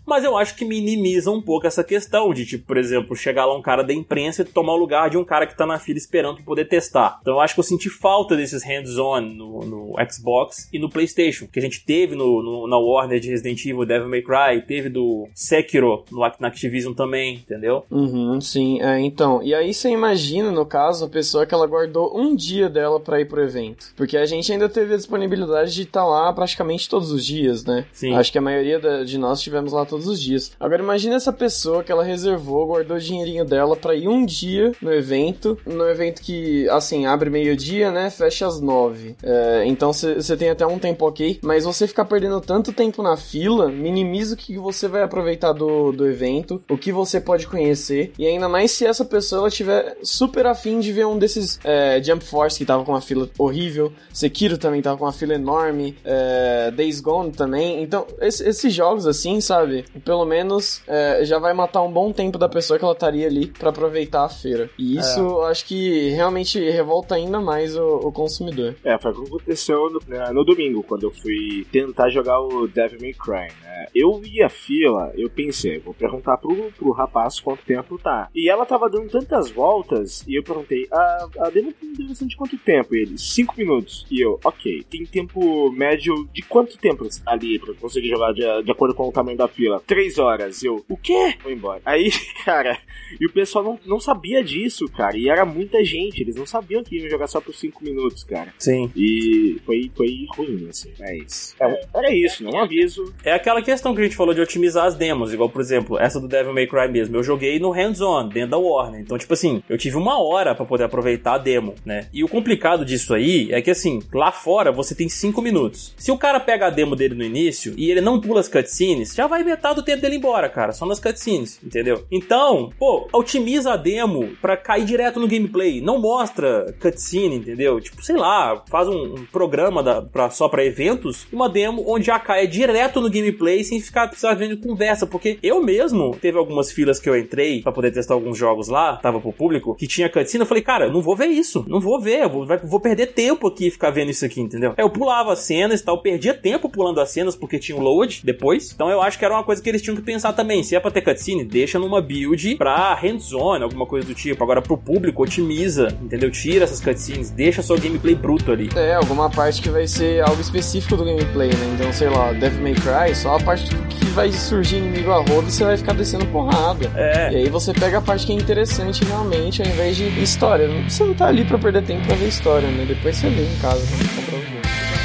acho que minimiza um pouco essa questão de, tipo, por exemplo, chegar lá um cara da imprensa e tomar o lugar de um cara que tá na fila esperando pra poder testar. Então eu acho que eu senti falta desses hands-on no, no Xbox e no PlayStation, que a gente teve no, no, na Warner de Resident Evil, Devil May Cry, teve do Sekiro no, na Activision também, entendeu? Uhum, sim, é, então, e aí você imagina, no caso, a pessoa que ela guardou um dia dela pra ir pro evento, porque a gente ainda teve a disponibilidade de estar lá praticamente todos os dias, né? Sim. Acho que a maioria da, de nós estivemos lá todos os dias. Agora imagina essa pessoa que ela reservou, guardou o dinheirinho dela pra ir um dia no evento, no evento que, assim, abre meio-dia, né? Fecha às nove. É, então você tem até um tempo ok, mas você ficar perdendo tanto tempo na fila, minimiza o que você vai aproveitar do, do evento, o que você pode conhecer, e ainda mais se essa pessoa ela tiver super afim de ver um desses é, Jump Force que tava com uma fila horrível, Sekiro também tava com uma fila enorme, é, Days Gone também. Então esse, esses jogos assim, sabe, pelo menos é, já vai matar um bom tempo da pessoa que ela estaria ali pra aproveitar a feira, e isso é. acho que realmente revolta ainda mais o, o consumidor. É, foi o que aconteceu no, no domingo, quando eu fui tentar jogar o Devil May Cry, né? Eu vi a fila, eu pensei, vou perguntar pro, pro rapaz quanto tempo tá. E ela tava dando tantas voltas, e eu perguntei, a, a demo tem duração de quanto tempo? E ele, cinco minutos. E eu, ok, tem tempo médio de quanto tempo ali pra conseguir jogar de, de acordo com o tamanho da fila? Três horas. Eu, o quê? Vou embora. Aí, cara, e o pessoal não, não sabia disso, cara, e era muita gente, eles não sabiam que iam jogar só por cinco minutos, cara. Sim. E foi, foi ruim, assim, mas é, era isso, não aviso. É aquela questão que a gente falou de otimizar as demos, igual, por exemplo, essa do Devil May Cry mesmo, eu joguei no hands-on, dentro da Warner, então, tipo assim, eu tive uma hora pra poder aproveitar a demo, né? E o complicado disso aí é que, assim, lá fora você tem cinco minutos. Se o cara pega a demo dele no início e ele não pula as cutscenes, já vai metade do tempo dele embora, cara, só nas cutscenes, entendeu? Então, pô, otimiza a demo pra cair direto no gameplay, não mostra cutscene, entendeu? Tipo, sei lá, faz um, um programa da, pra, só pra eventos, uma demo onde já cai direto no gameplay sem ficar precisando vendo conversa, porque eu mesmo, teve algumas filas que eu entrei pra poder testar alguns jogos lá, tava pro público, que tinha cutscene, eu falei, cara, eu não vou ver isso, não vou ver, eu vou, vou perder tempo aqui ficar vendo isso aqui, entendeu? Aí eu pulava as cenas e tal, perdia tempo pulando as cenas porque tinha o load depois, então eu acho que era uma coisa que eles tinham que pensar também, se é pra ter cutscene, deixa numa build pra hands-on, alguma coisa do tipo, agora pro público, otimiza, entendeu? Tira essas cutscenes, deixa só o gameplay bruto ali. É, alguma parte que vai ser algo específico do gameplay, né? Então, sei lá, Devil May Cry, só a parte que vai surgir inimigo a rodo e você vai ficar descendo porrada. É. E aí você pega a parte que é interessante realmente, ao invés de história. Você não tá ali pra perder tempo pra ver história, né? Depois você vê em casa quando comprar o jogo.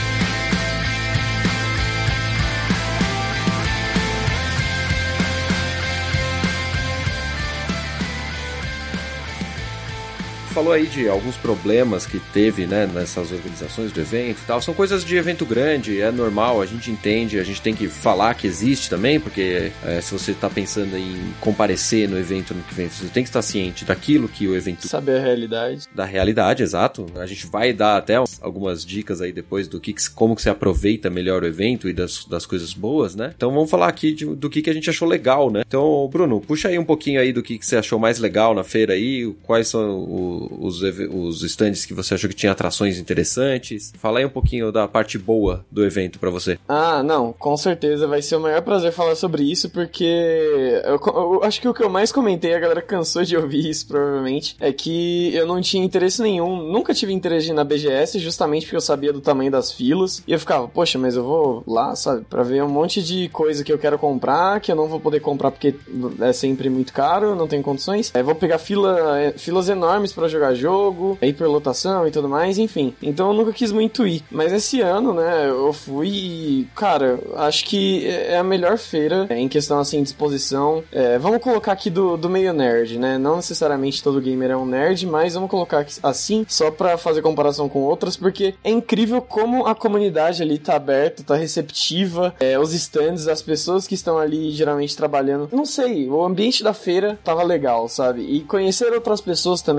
Falou aí de alguns problemas que teve, né, nessas organizações do evento e tal. São coisas de evento grande, é normal, a gente entende, a gente tem que falar que existe também, porque é, se você tá pensando em comparecer no evento no que vem, você tem que estar ciente daquilo que o evento... Saber a realidade. Da realidade, exato. A gente vai dar até algumas dicas aí depois do que, como que você aproveita melhor o evento e das, das coisas boas, né? Então vamos falar aqui de, do que, que a gente achou legal, né? Então, Bruno, puxa aí um pouquinho aí do que, que você achou mais legal na feira aí, quais são o Os, os stands que você achou que tinha atrações interessantes. Fala aí um pouquinho da parte boa do evento pra você. Ah, não, com certeza vai ser o maior prazer falar sobre isso, porque eu, eu acho que o que eu mais comentei, a galera cansou de ouvir isso provavelmente, é que eu não tinha interesse nenhum, nunca tive interesse de ir na B G S, justamente porque eu sabia do tamanho das filas, e eu ficava, poxa, mas eu vou lá, sabe, pra ver um monte de coisa que eu quero comprar, que eu não vou poder comprar porque é sempre muito caro, não tenho condições, aí vou pegar fila, filas enormes pra jogar jogo, hiperlotação e tudo mais, enfim. Então eu nunca quis muito ir. Mas esse ano, né, eu fui e, cara, acho que é a melhor feira em questão, assim, de exposição. É, vamos colocar aqui do, do meio nerd, né? Não necessariamente todo gamer é um nerd, mas vamos colocar assim, só pra fazer comparação com outras, porque é incrível como a comunidade ali tá aberta, tá receptiva, é, os stands, as pessoas que estão ali geralmente trabalhando. Não sei, o ambiente da feira tava legal, sabe? E conhecer outras pessoas também, parecia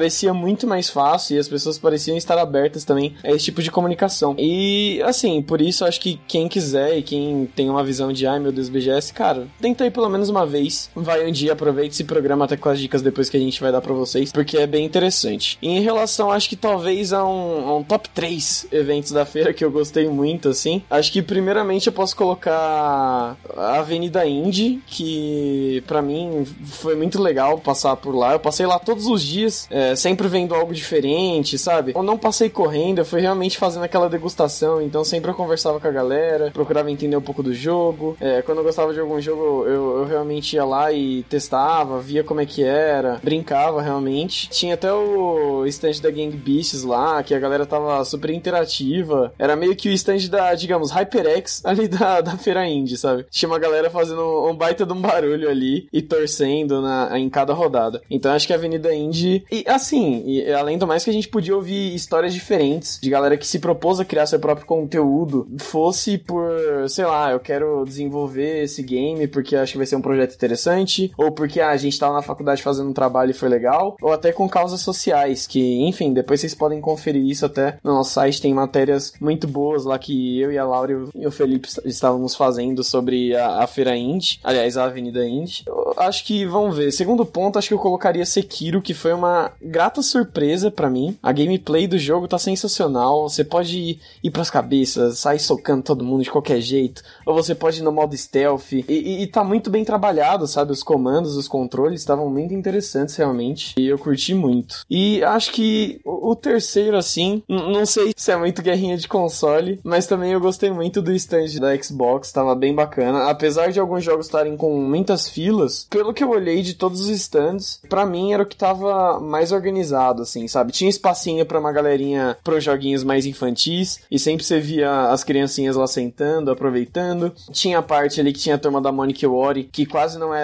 parecia muito mais fácil e as pessoas pareciam estar abertas também a esse tipo de comunicação. E, assim, por isso acho que quem quiser e quem tem uma visão de, ai meu Deus, B G S, cara, tenta aí pelo menos uma vez, vai um dia, aproveite esse programa até com as dicas depois que a gente vai dar pra vocês, porque é bem interessante. E em relação, acho que talvez a um, a um top três eventos da feira que eu gostei muito, assim, acho que primeiramente eu posso colocar a Avenida Indie, que pra mim foi muito legal passar por lá. Eu passei lá todos os dias, é, sempre vendo algo diferente, sabe? Eu não passei correndo, eu fui realmente fazendo aquela degustação, então sempre eu conversava com a galera, procurava entender um pouco do jogo. É, quando eu gostava de algum jogo, eu, eu realmente ia lá e testava, via como é que era, brincava realmente. Tinha até o stand da Gang Beasts lá, que a galera tava super interativa. Era meio que o stand da, digamos, HyperX ali da, da Feira Indie, sabe? Tinha uma galera fazendo um baita de um barulho ali e torcendo na, em cada rodada. Então acho que a Avenida Indie... E assim, e, além do mais que a gente podia ouvir histórias diferentes de galera que se propôs a criar seu próprio conteúdo, fosse por, sei lá, eu quero desenvolver esse game porque acho que vai ser um projeto interessante, ou porque ah, a gente tava na faculdade fazendo um trabalho e foi legal, ou até com causas sociais, que, enfim, depois vocês podem conferir isso até no nosso site, tem matérias muito boas lá que eu e a Laura e o Felipe estávamos fazendo sobre a, a Feira Indie, aliás, a Avenida Indie. Eu acho que, vamos ver, segundo ponto, acho que eu colocaria Sekiro, que foi uma grata surpresa pra mim. A gameplay do jogo tá sensacional, você pode ir, ir pras cabeças, sair socando todo mundo de qualquer jeito, ou você pode ir no modo stealth, e, e, e tá muito bem trabalhado, sabe? Os comandos, os controles estavam muito interessantes realmente, e eu curti muito. E acho que o, o terceiro, assim, n- não sei se é muito guerrinha de console, mas também eu gostei muito do stand da Xbox, tava bem bacana, apesar de alguns jogos estarem com muitas filas, pelo que eu olhei de todos os stands, pra mim era o que tava mais organizado, assim, sabe? Tinha espacinho pra uma galerinha pros joguinhos mais infantis, e sempre você via as criancinhas lá sentando, aproveitando. Tinha a parte ali que tinha a turma da Monica e Ori, que quase não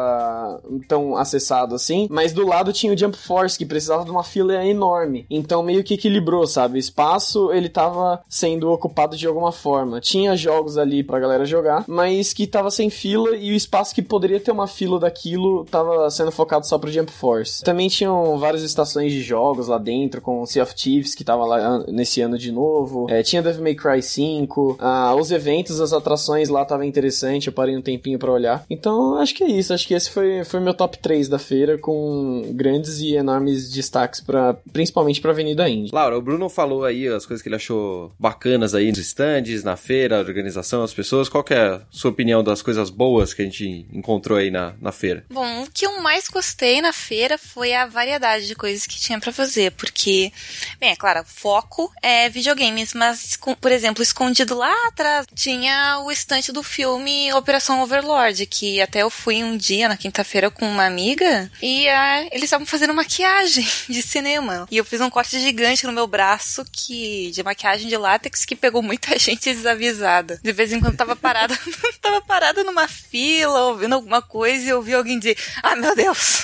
era tão acessado assim, mas do lado tinha o Jump Force, que precisava de uma fila enorme. Então meio que equilibrou, sabe? O espaço, ele tava sendo ocupado de alguma forma. Tinha jogos ali pra galera jogar, mas que tava sem fila, e o espaço que poderia ter uma fila daquilo tava sendo focado só pro Jump Force. Também tinham várias estações de jogos lá dentro, com o Sea of Thieves, que tava lá nesse ano de novo. É, tinha Devil May Cry cinco. Ah, os eventos, as atrações lá tava interessante, eu parei um tempinho pra olhar. Então, acho que é isso. Acho que esse foi, foi meu top três da feira, com grandes e enormes destaques, pra, principalmente pra Avenida Indie. Laura, o Bruno falou aí as coisas que ele achou bacanas aí nos stands, na feira, a organização, as pessoas. Qual que é a sua opinião das coisas boas que a gente encontrou aí na, na feira? Bom, o que eu mais gostei na feira foi a variedade de coisas que tinha pra fazer, porque, bem, é claro, o foco é videogames, mas, por exemplo, escondido lá atrás tinha o estante do filme Operação Overlord, que até eu fui um dia, na quinta-feira, com uma amiga, e uh, eles estavam fazendo maquiagem de cinema. E eu fiz um corte gigante no meu braço, que de maquiagem de látex, que pegou muita gente desavisada. De vez em quando tava parada, tava parada numa fila, ouvindo alguma coisa, e eu ouvi alguém dizer, ah, meu Deus!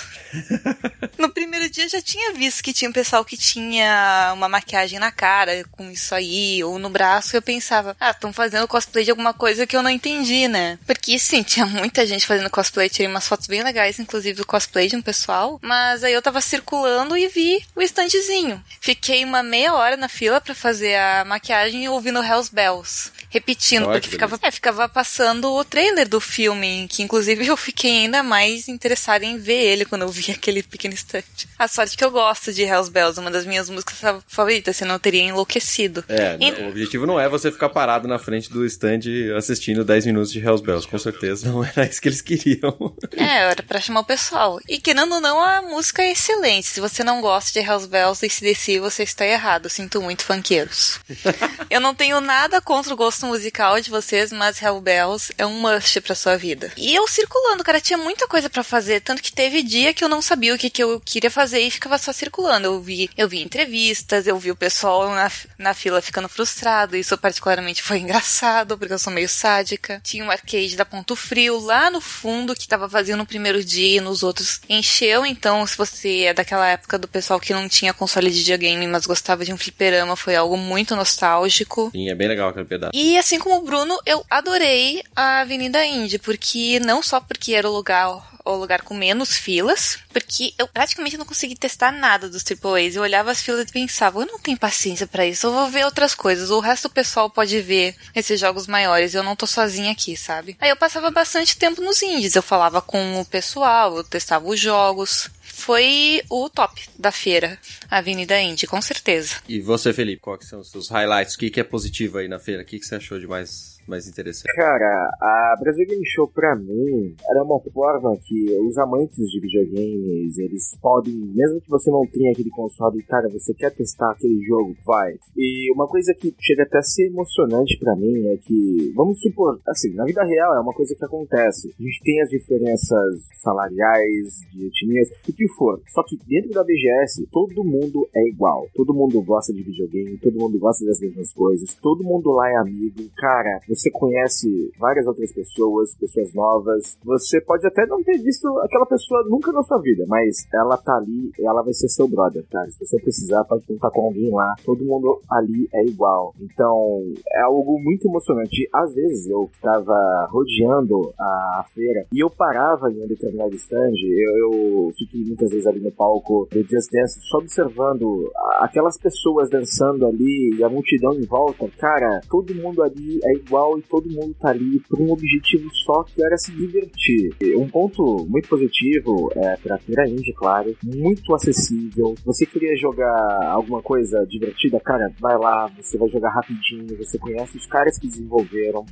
No primeiro dia eu já tinha visto que tinha um pessoal que tinha uma maquiagem na cara com isso aí, ou no braço, e eu pensava, ah, estão fazendo cosplay de alguma coisa que eu não entendi, né? Porque sim, tinha muita gente fazendo cosplay, tirei umas fotos bem legais, inclusive do cosplay de um pessoal, mas aí eu tava circulando e vi o estandezinho. Fiquei uma meia hora na fila pra fazer a maquiagem e ouvindo Hells Bells, repetindo, porque ficava, é, ficava passando o trailer do filme, que inclusive eu fiquei ainda mais interessada em ver ele quando eu vi aquele pequeno instante. A sorte que eu gosto de Hells Bells, uma das minhas músicas favoritas, senão eu teria enlouquecido. É, e... o objetivo não é você ficar parado na frente do stand assistindo dez minutos de Hells Bells, com certeza não era isso que eles queriam. É, era pra chamar o pessoal. E querendo ou não, a música é excelente. Se você não gosta de Hells Bells e A C D C, você está errado. Sinto muito, funkeiros. Eu não tenho nada contra o gosto musical de vocês, mas Hells Bells é um must pra sua vida. E eu circulando, cara, tinha muita coisa pra fazer, tanto que teve dia que eu não sabia o que, que eu queria fazer e ficava só circulando. Eu vi, eu vi entrevistas, eu vi o pessoal na, na fila ficando frustrado, isso particularmente foi engraçado, porque eu sou meio sádica. Tinha um arcade da Ponto Frio lá no fundo, que tava vazio no primeiro dia e nos outros encheu, então se você é daquela época do pessoal que não tinha console de videogame, mas gostava de um fliperama, foi algo muito nostálgico. Sim, é bem legal aquele pedaço. E assim como o Bruno, eu adorei a Avenida Indie, porque não só porque era o lugar o lugar com menos filas, porque eu praticamente não consegui testar nada dos triplo A's. Eu olhava as filas e pensava, eu não tenho paciência pra isso, eu vou ver outras coisas. O resto do pessoal pode ver esses jogos maiores, eu não tô sozinha aqui, sabe? Aí eu passava bastante tempo nos indies, eu falava com o pessoal, eu testava os jogos. Foi o top da feira, a Avenida Indie, com certeza. E você, Felipe, quais são os seus highlights? O que, que é positivo aí na feira? O que, que você achou de mais, mais interessante? Cara, a Brasil Game Show, pra mim, era uma forma que os amantes de videogames, eles podem, mesmo que você não tenha aquele console, cara, você quer testar aquele jogo, vai. E uma coisa que chega até a ser emocionante pra mim é que, vamos supor, assim, na vida real é uma coisa que acontece. A gente tem as diferenças salariais, de etnias, o que for. Só que dentro da B G S, todo mundo é igual. Todo mundo gosta de videogame, todo mundo gosta das mesmas coisas, todo mundo lá é amigo. Cara, você conhece várias outras pessoas, pessoas novas. Você pode até não ter visto aquela pessoa nunca na sua vida, mas ela tá ali, ela vai ser seu brother, cara. Se você precisar, pode contar com alguém lá. Todo mundo ali é igual. Então, é algo muito emocionante. Às vezes, eu ficava rodeando a feira e eu parava em um determinado stand. Eu, eu fiquei muitas vezes ali no palco do Just Dance, só observando aquelas pessoas dançando ali e a multidão em volta. Cara, todo mundo ali é igual e todo mundo tá ali por um objetivo só, que era se divertir. Um ponto muito positivo é pra feira indie, claro, muito acessível. Você queria jogar alguma coisa divertida, cara, vai lá, você vai jogar rapidinho, você conhece os caras que desenvolveram,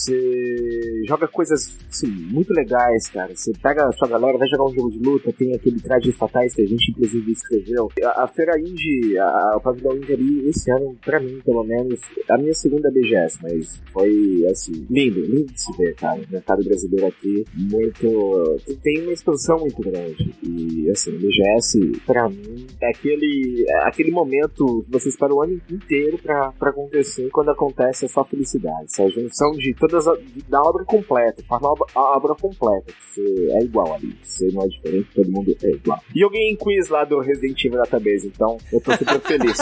você joga coisas, assim, muito legais, cara. Você pega a sua galera, vai jogar um jogo de luta, tem aquele Trajes Fatais que a gente inclusive escreveu. A, a feira indie, a, a pavilhão indie ali, esse ano, pra mim, pelo menos, a minha segunda B G S, mas foi, assim, lindo, lindo de se ver, cara. O mercado brasileiro aqui, muito... tem uma expansão muito grande. E, assim, a B G S, pra mim, é aquele, é aquele momento que você espera o ano inteiro pra, pra acontecer, e quando acontece é só felicidade. Essa junção de todas a, da obra completa, forma a obra completa. Você é igual ali, você não é diferente, todo mundo é igual. E eu ganhei em quiz lá do Resident Evil Database, então eu tô super feliz.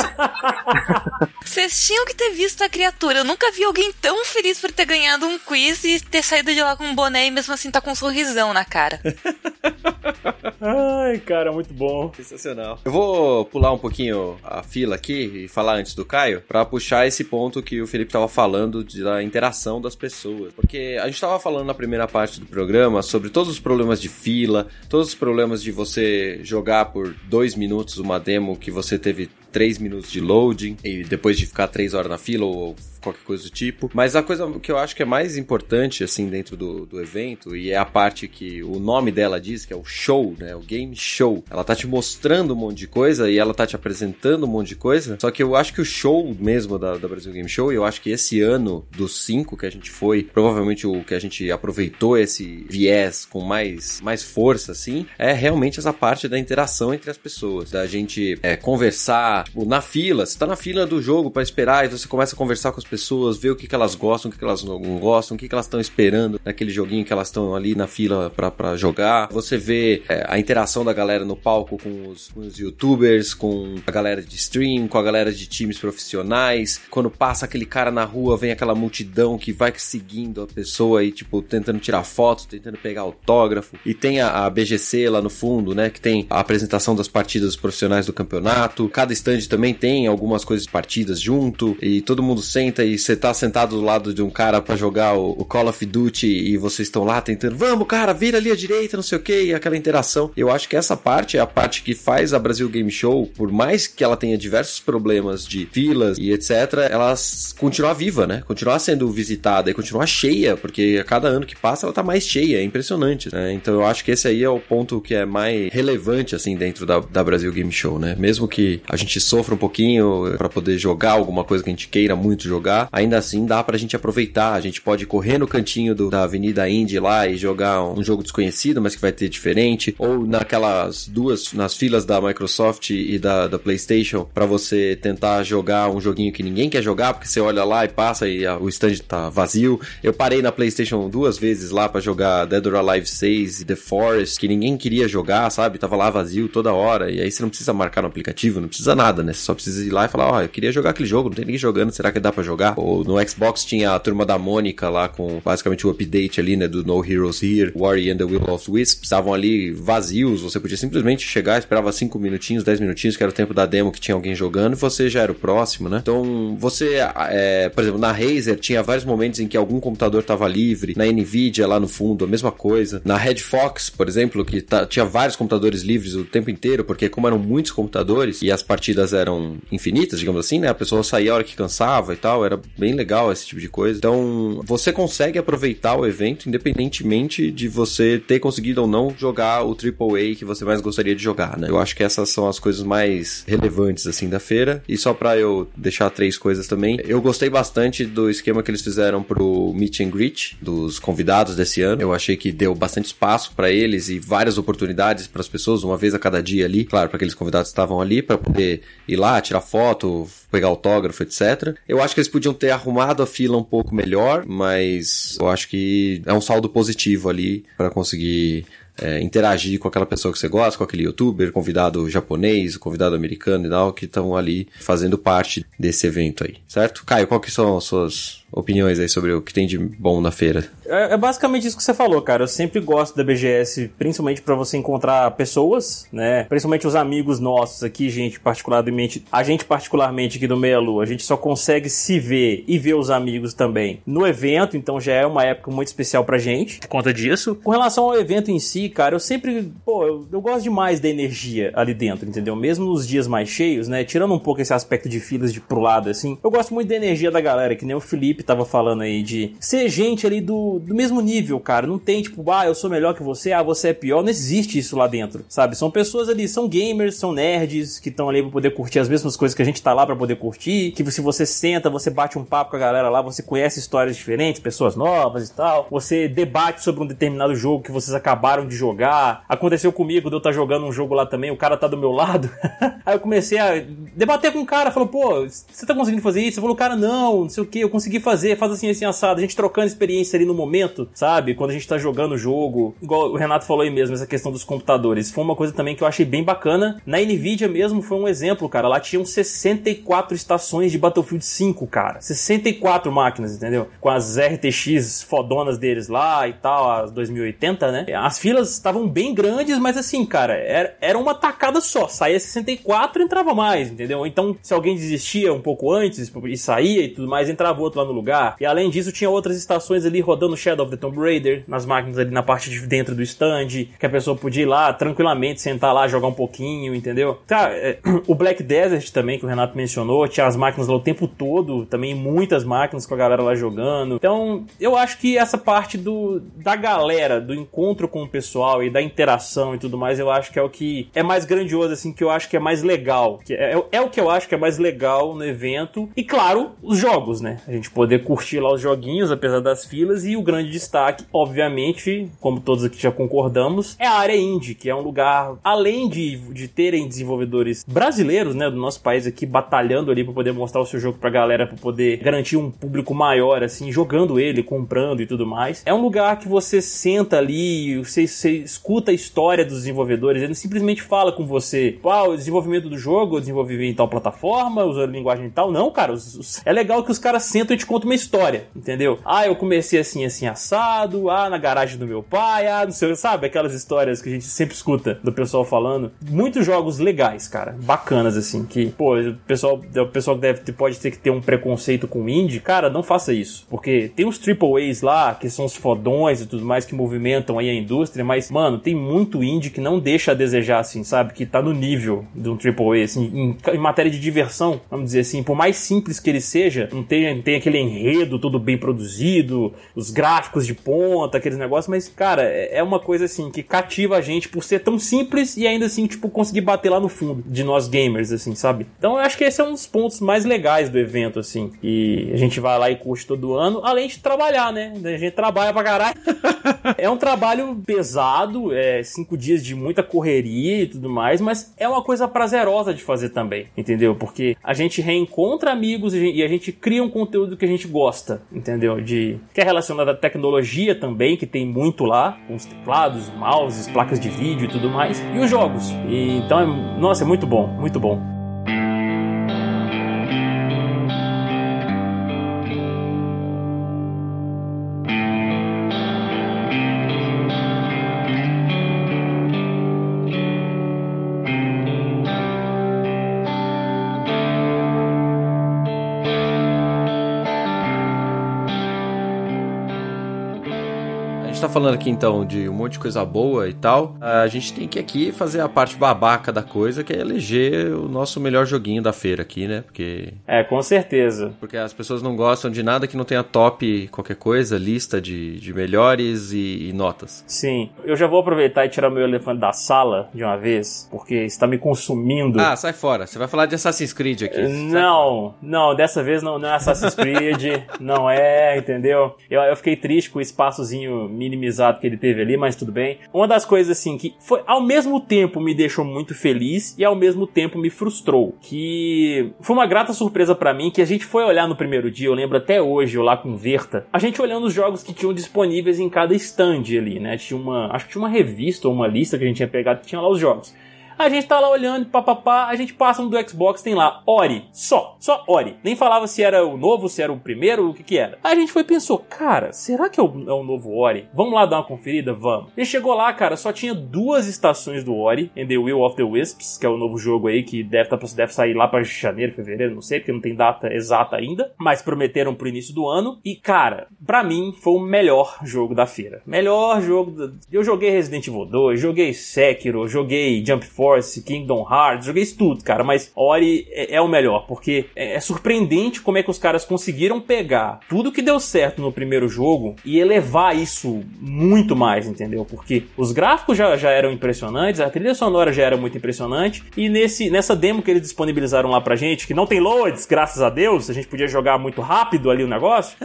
Vocês tinham que ter visto a criatura. Eu nunca vi alguém tão feliz por ter ganhado um quiz e ter saído de lá com um boné e mesmo assim tá com um sorrisão na cara. Ai, cara, muito bom. Sensacional. Eu vou pular um pouquinho a fila aqui e falar antes do Caio, pra puxar esse ponto que o Felipe tava falando da interação das pessoas. Porque a gente tava falando na primeira parte do programa sobre todos os problemas de fila, todos os problemas de você jogar por dois minutos uma demo que você teve três minutos de loading e depois de ficar três horas na fila ou qualquer coisa do tipo. Mas a coisa que eu acho que é mais importante, assim, dentro do, do evento, e é a parte que o nome dela diz, que é o show, né? O game show. Ela tá te mostrando um monte de coisa e ela tá te apresentando um monte de coisa. Só que eu acho que o show mesmo da, da Brasil Game Show, eu acho que esse ano dos cinco que a gente foi, provavelmente o que a gente aproveitou esse viés com mais, mais força, assim, é realmente essa parte da interação entre as pessoas. Da gente é, conversar, tipo, na fila. Você tá na fila do jogo pra esperar e você começa a conversar com as pessoas, ver o que, que elas gostam, o que, que elas não gostam, o que, que elas estão esperando naquele joguinho que elas estão ali na fila pra, pra jogar. Você vê é, a interação da galera no palco com os, com os youtubers, com a galera de stream, com a galera de times profissionais. Quando passa aquele cara na rua, vem aquela multidão que vai seguindo a pessoa e, tipo, tentando tirar foto, tentando pegar autógrafo. E tem a, a B G C lá no fundo, né, que tem a apresentação das partidas profissionais do campeonato. Cada stand também tem algumas coisas de partidas junto, e todo mundo senta e você tá sentado do lado de um cara pra jogar o, o Call of Duty e vocês estão lá tentando, vamos cara, vira ali à direita, não sei o que, e aquela interação. Eu acho que essa parte é a parte que faz a Brasil Game Show, por mais que ela tenha diversos problemas de filas e etc, ela continuar viva, né? Continuar sendo visitada e continuar cheia, porque a cada ano que passa ela tá mais cheia, é impressionante, né? Então eu acho que esse aí é o ponto que é mais relevante, assim, dentro da, da Brasil Game Show, né? Mesmo que a gente sofra um pouquinho pra poder jogar alguma coisa que a gente queira muito jogar, ainda assim dá pra gente aproveitar. A gente pode correr no cantinho do, da Avenida Indie lá e jogar um jogo desconhecido, mas que vai ter diferente, ou naquelas duas, nas filas da Microsoft e da, da PlayStation, pra você tentar jogar um joguinho que ninguém quer jogar, porque você olha lá e passa e a, o stand tá vazio. Eu parei na PlayStation duas vezes lá pra jogar Dead or Alive seis e The Forest, que ninguém queria jogar, sabe? Tava lá vazio toda hora, e aí você não precisa marcar no aplicativo, não precisa nada. nada, né? Você só precisa ir lá e falar, ó, oh, eu queria jogar aquele jogo, não tem ninguém jogando, será que dá pra jogar? Ou no Xbox tinha a Turma da Mônica lá com basicamente o update ali, né, do No Heroes Here, Worry and the Will of Wisps, estavam ali vazios, você podia simplesmente chegar, esperava cinco minutinhos, dez minutinhos, que era o tempo da demo que tinha alguém jogando, e você já era o próximo, né? Então, você, é, por exemplo, na Razer tinha vários momentos em que algum computador tava livre, na Nvidia lá no fundo, a mesma coisa. Na Red Fox, por exemplo, que tá, tinha vários computadores livres o tempo inteiro, porque como eram muitos computadores e as partidas eram infinitas, digamos assim, né? A pessoa saía a hora que cansava e tal, era bem legal esse tipo de coisa. Então, você consegue aproveitar o evento independentemente de você ter conseguido ou não jogar o triplo A que você mais gostaria de jogar, né? Eu acho que essas são as coisas mais relevantes, assim, da feira. E só pra eu deixar três coisas também, eu gostei bastante do esquema que eles fizeram pro Meet and Greet dos convidados desse ano. Eu achei que deu bastante espaço pra eles e várias oportunidades pras pessoas, uma vez a cada dia ali, claro, para aqueles convidados que estavam ali, pra poder ir lá, tirar foto, pegar autógrafo, etcétera. Eu acho que eles podiam ter arrumado a fila um pouco melhor, mas eu acho que é um saldo positivo ali pra conseguir É, interagir com aquela pessoa que você gosta, com aquele youtuber, convidado japonês, convidado americano e tal, que estão ali fazendo parte desse evento aí, certo? Caio, qual que são as suas opiniões aí sobre o que tem de bom na feira? É, é basicamente isso que você falou, cara. Eu sempre gosto da B G S, principalmente pra você encontrar pessoas, né? Principalmente os amigos nossos aqui, gente, particularmente, a gente particularmente aqui do Meia Lua, a gente só consegue se ver e ver os amigos também no evento, então já é uma época muito especial pra gente, por conta disso. Com relação ao evento em si, cara, eu sempre, pô, eu, eu gosto demais da energia ali dentro, entendeu? Mesmo nos dias mais cheios, né? Tirando um pouco esse aspecto de filas de pro lado, assim, eu gosto muito da energia da galera, que nem o Felipe tava falando aí, de ser gente ali do, do mesmo nível, cara. Não tem, tipo, ah, eu sou melhor que você, ah, você é pior. Não existe isso lá dentro, sabe? São pessoas ali, são gamers, são nerds, que estão ali pra poder curtir as mesmas coisas que a gente tá lá pra poder curtir, que se você senta, você bate um papo com a galera lá, você conhece histórias diferentes, pessoas novas e tal, você debate sobre um determinado jogo que vocês acabaram de jogar. Aconteceu comigo de eu estar jogando um jogo lá também, o cara tá do meu lado. Aí eu comecei a debater com o cara, falou, pô, você tá conseguindo fazer isso? Eu falei, cara, não, não sei o que, eu consegui fazer, faz assim, assim, assado. A gente trocando experiência ali no momento, sabe? Quando a gente tá jogando o jogo. Igual o Renato falou aí mesmo, essa questão dos computadores. Foi uma coisa também que eu achei bem bacana. Na Nvidia mesmo foi um exemplo, cara. Lá tinham sessenta e quatro estações de Battlefield cinco, cara. sessenta e quatro máquinas, entendeu? Com as R T X fodonas deles lá e tal, as dois mil e oitenta, né? As filas estavam bem grandes, mas assim, cara, era, era uma tacada só. Saía sessenta e quatro e entrava mais, entendeu? Então, se alguém desistia um pouco antes e saía e tudo mais, entrava outro lá no lugar. E além disso, tinha outras estações ali rodando Shadow of the Tomb Raider, nas máquinas ali na parte de dentro do stand, que a pessoa podia ir lá tranquilamente, sentar lá, jogar um pouquinho, entendeu? Tá, é, o Black Desert também, que o Renato mencionou, tinha as máquinas lá o tempo todo, também muitas máquinas com a galera lá jogando. Então, eu acho que essa parte do, da galera, do encontro com o pessoal e da interação e tudo mais, eu acho que é o que é mais grandioso, assim, que eu acho que é mais legal. Que é, é, é o que eu acho que é mais legal no evento. E, claro, os jogos, né? A gente poder curtir lá os joguinhos, apesar das filas, e o grande destaque, obviamente, como todos aqui já concordamos, é a área indie, que é um lugar, além de, de terem desenvolvedores brasileiros, né, do nosso país aqui, batalhando ali pra poder mostrar o seu jogo pra galera, pra poder garantir um público maior, assim, jogando ele, comprando e tudo mais. É um lugar que você senta ali, você, você escuta a história dos desenvolvedores, ele simplesmente fala com você, ah, o desenvolvimento do jogo, eu desenvolvi em tal plataforma, usando linguagem tal. Não, cara, os, os, é legal que os caras sentam e te contam uma história, entendeu? Ah, eu comecei assim, assim, assado, ah, na garagem do meu pai, ah, não sei, sabe? Aquelas histórias que a gente sempre escuta do pessoal falando. Muitos jogos legais, cara, bacanas, assim, que, pô, o pessoal, o pessoal deve ter, pode ter que ter um preconceito com indie, cara, não faça isso, porque tem uns triple A's lá, que são os fodões e tudo mais, que movimentam aí a indústria, mas, mano, tem muito indie que não deixa a desejar, assim, sabe? Que tá no nível de um triple A, assim, em, em matéria de diversão, vamos dizer assim, por mais simples que ele seja, não tem, tem aquele enredo todo bem produzido, os gráficos de ponta, aqueles negócios, mas, cara, é uma coisa, assim, que cativa a gente por ser tão simples e ainda, assim, tipo, conseguir bater lá no fundo de nós gamers, assim, sabe? Então, eu acho que esse é um dos pontos mais legais do evento, assim, e a gente vai lá e curte todo ano, além de trabalhar, né? A gente trabalha pra caralho. É um trabalho pesado, é cinco dias de muita correria e tudo mais, mas é uma coisa prazerosa de fazer também, entendeu? Porque a gente reencontra amigos e a gente cria um conteúdo que a gente gosta, entendeu? De, que é relacionado à tecnologia também, que tem muito lá, com os teclados, mouses, placas de vídeo e tudo mais, e os jogos. E, então, é, nossa, é muito bom, muito bom. tá falando aqui então de um monte de coisa boa e tal, a gente tem que aqui fazer a parte babaca da coisa, que é eleger o nosso melhor joguinho da feira aqui, né? Porque... É, com certeza. Porque as pessoas não gostam de nada que não tenha top qualquer coisa, lista de, de melhores e, e notas. Sim. Eu já vou aproveitar e tirar meu elefante da sala de uma vez, porque está me consumindo. Ah, sai fora. Você vai falar de Assassin's Creed aqui. Não, não, dessa vez não, não é Assassin's Creed, não é, entendeu? Eu, eu fiquei triste com o espaçozinho minimizado que ele teve ali, mas tudo bem. Uma das coisas, assim, que foi, ao mesmo tempo me deixou muito feliz e ao mesmo tempo me frustrou, que foi uma grata surpresa pra mim, que a gente foi olhar no primeiro dia, eu lembro até hoje, eu lá com Verta, a gente olhando os jogos que tinham disponíveis em cada stand ali, né? Tinha uma, acho que tinha uma revista ou uma lista que a gente tinha pegado que tinha lá os jogos. A gente tá lá olhando, papapá, a gente passa no do Xbox, tem lá Ori, só, só Ori. Nem falava se era o novo, se era o primeiro, o que que era. Aí a gente foi e pensou, cara, será que é o, é o novo Ori? Vamos lá dar uma conferida? Vamos. E chegou lá, cara, só tinha duas estações do Ori, em The Will of the Wisps, que é o novo jogo aí, que deve, tá, deve sair lá pra janeiro, fevereiro, não sei, porque não tem data exata ainda, mas prometeram pro início do ano. E, cara, pra mim, foi o melhor jogo da feira. Melhor jogo... Da... Eu joguei Resident Evil dois, joguei Sekiro, joguei Jump Force, Kingdom Hearts, joguei isso tudo, cara, mas Ori é, é o melhor, porque é, é surpreendente como é que os caras conseguiram pegar tudo que deu certo no primeiro jogo e elevar isso muito mais, entendeu? Porque os gráficos já, já eram impressionantes, a trilha sonora já era muito impressionante, e nesse, nessa demo que eles disponibilizaram lá pra gente, que não tem loads, graças a Deus, a gente podia jogar muito rápido ali o negócio,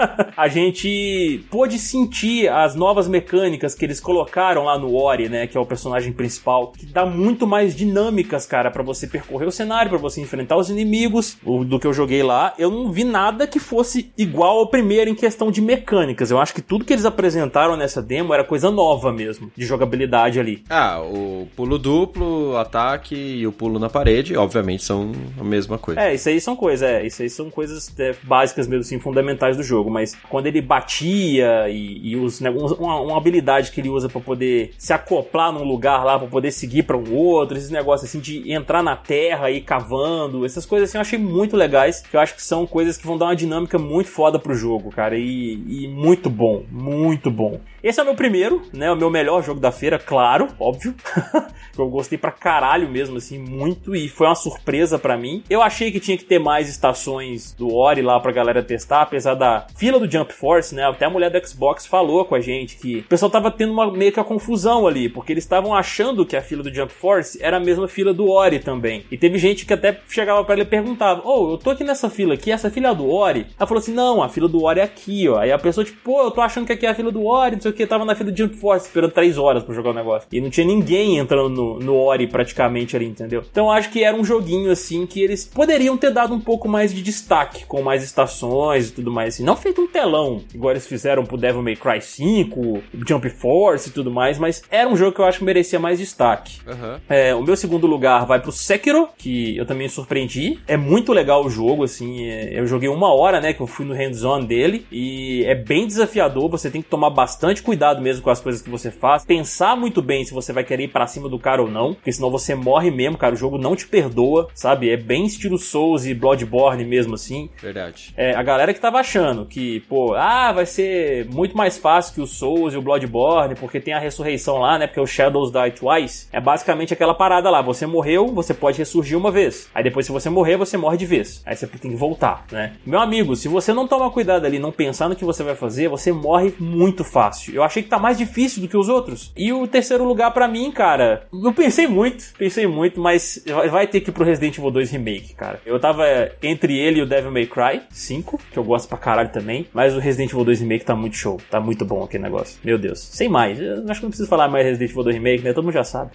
a gente pôde sentir as novas mecânicas que eles colocaram lá no Ori, né, que é o personagem principal, que dá muito muito mais dinâmicas, cara, pra você percorrer o cenário, pra você enfrentar os inimigos. O, do que eu joguei lá, eu não vi nada que fosse igual ao primeiro em questão de mecânicas. Eu acho que tudo que eles apresentaram nessa demo era coisa nova mesmo, de jogabilidade ali. Ah, o pulo duplo, o ataque e o pulo na parede, obviamente, são a mesma coisa. É, isso aí são coisas, é, isso aí são coisas é, básicas mesmo, assim, fundamentais do jogo, mas quando ele batia e, e os, né, uma, uma habilidade que ele usa pra poder se acoplar num lugar lá, pra poder seguir pra um outro, outro, esses negócios assim de entrar na terra e ir cavando, essas coisas assim eu achei muito legais, que eu acho que são coisas que vão dar uma dinâmica muito foda pro jogo, cara, e, e muito bom, muito bom. Esse é o meu primeiro, né, o meu melhor jogo da feira, claro, óbvio, eu gostei pra caralho mesmo, assim, muito, e foi uma surpresa pra mim. Eu achei que tinha que ter mais estações do Ori lá pra galera testar, apesar da fila do Jump Force, né, até a mulher do Xbox falou com a gente que o pessoal tava tendo uma, meio que a confusão ali, porque eles estavam achando que a fila do Jump Force era a mesma fila do Ori também. E teve gente que até chegava pra ele e perguntava, ô, oh, eu tô aqui nessa fila aqui, essa fila é do Ori? Ela falou assim, não, a fila do Ori é aqui, ó. Aí a pessoa, tipo, pô, eu tô achando que aqui é a fila do Ori, não sei o que, tava na fila do Jump Force esperando três horas pra jogar o negócio. E não tinha ninguém entrando no, no Ori praticamente ali, entendeu? Então eu acho que era um joguinho, assim, que eles poderiam ter dado um pouco mais de destaque, com mais estações e tudo mais, assim. Não feito um telão, igual eles fizeram pro Devil May Cry cinco, Jump Force e tudo mais, mas era um jogo que eu acho que merecia mais destaque. Uhum. É, o meu segundo lugar vai pro Sekiro, que eu também surpreendi. É muito legal o jogo, assim, é, eu joguei uma hora, né, que eu fui no hands-on dele, e é bem desafiador, você tem que tomar bastante cuidado mesmo com as coisas que você faz, pensar muito bem se você vai querer ir pra cima do cara ou não, porque senão você morre mesmo, cara, o jogo não te perdoa, sabe, é bem estilo Souls e Bloodborne mesmo, assim. Verdade. É, a galera que tava achando que, pô, ah, vai ser muito mais fácil que o Souls e o Bloodborne, porque tem a ressurreição lá, né, porque o Shadows Die Twice, é basicamente aquela parada lá, você morreu, você pode ressurgir uma vez, aí depois se você morrer, você morre de vez, aí você tem que voltar, né. Meu amigo, se você não tomar cuidado ali, não pensar no que você vai fazer, você morre muito fácil. Eu achei que tá mais difícil do que os outros. E o terceiro lugar pra mim, cara, eu pensei muito, pensei muito, mas vai ter que ir pro Resident Evil dois Remake, cara. Eu tava entre ele e o Devil May Cry cinco, que eu gosto pra caralho também, mas o Resident Evil dois Remake tá muito show, tá muito bom aquele negócio. Meu Deus, sem mais, eu acho que não preciso falar mais Resident Evil dois Remake, né, todo mundo já sabe.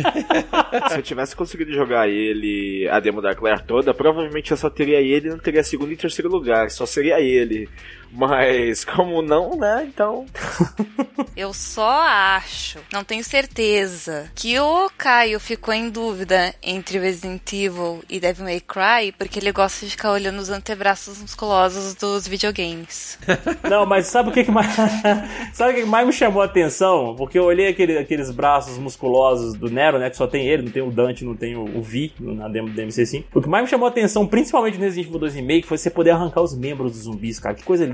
Se eu tivesse conseguido jogar ele, a demo da Claire toda, provavelmente eu só teria ele e não teria segundo e terceiro lugar, só seria ele. Mas como não, né, então... Eu só acho, não tenho certeza, que o Caio ficou em dúvida entre Resident Evil e Devil May Cry porque ele gosta de ficar olhando os antebraços musculosos dos videogames. Não, mas sabe o que, que mais... sabe o que mais me chamou a atenção? Porque eu olhei aquele, aqueles braços musculosos do Nero, né, que só tem ele, não tem o Dante, não tem o, o Vi na demo do D M C cinco. O que mais me chamou a atenção, principalmente no Resident Evil dois Remake, foi você poder arrancar os membros dos zumbis, cara. Que coisa linda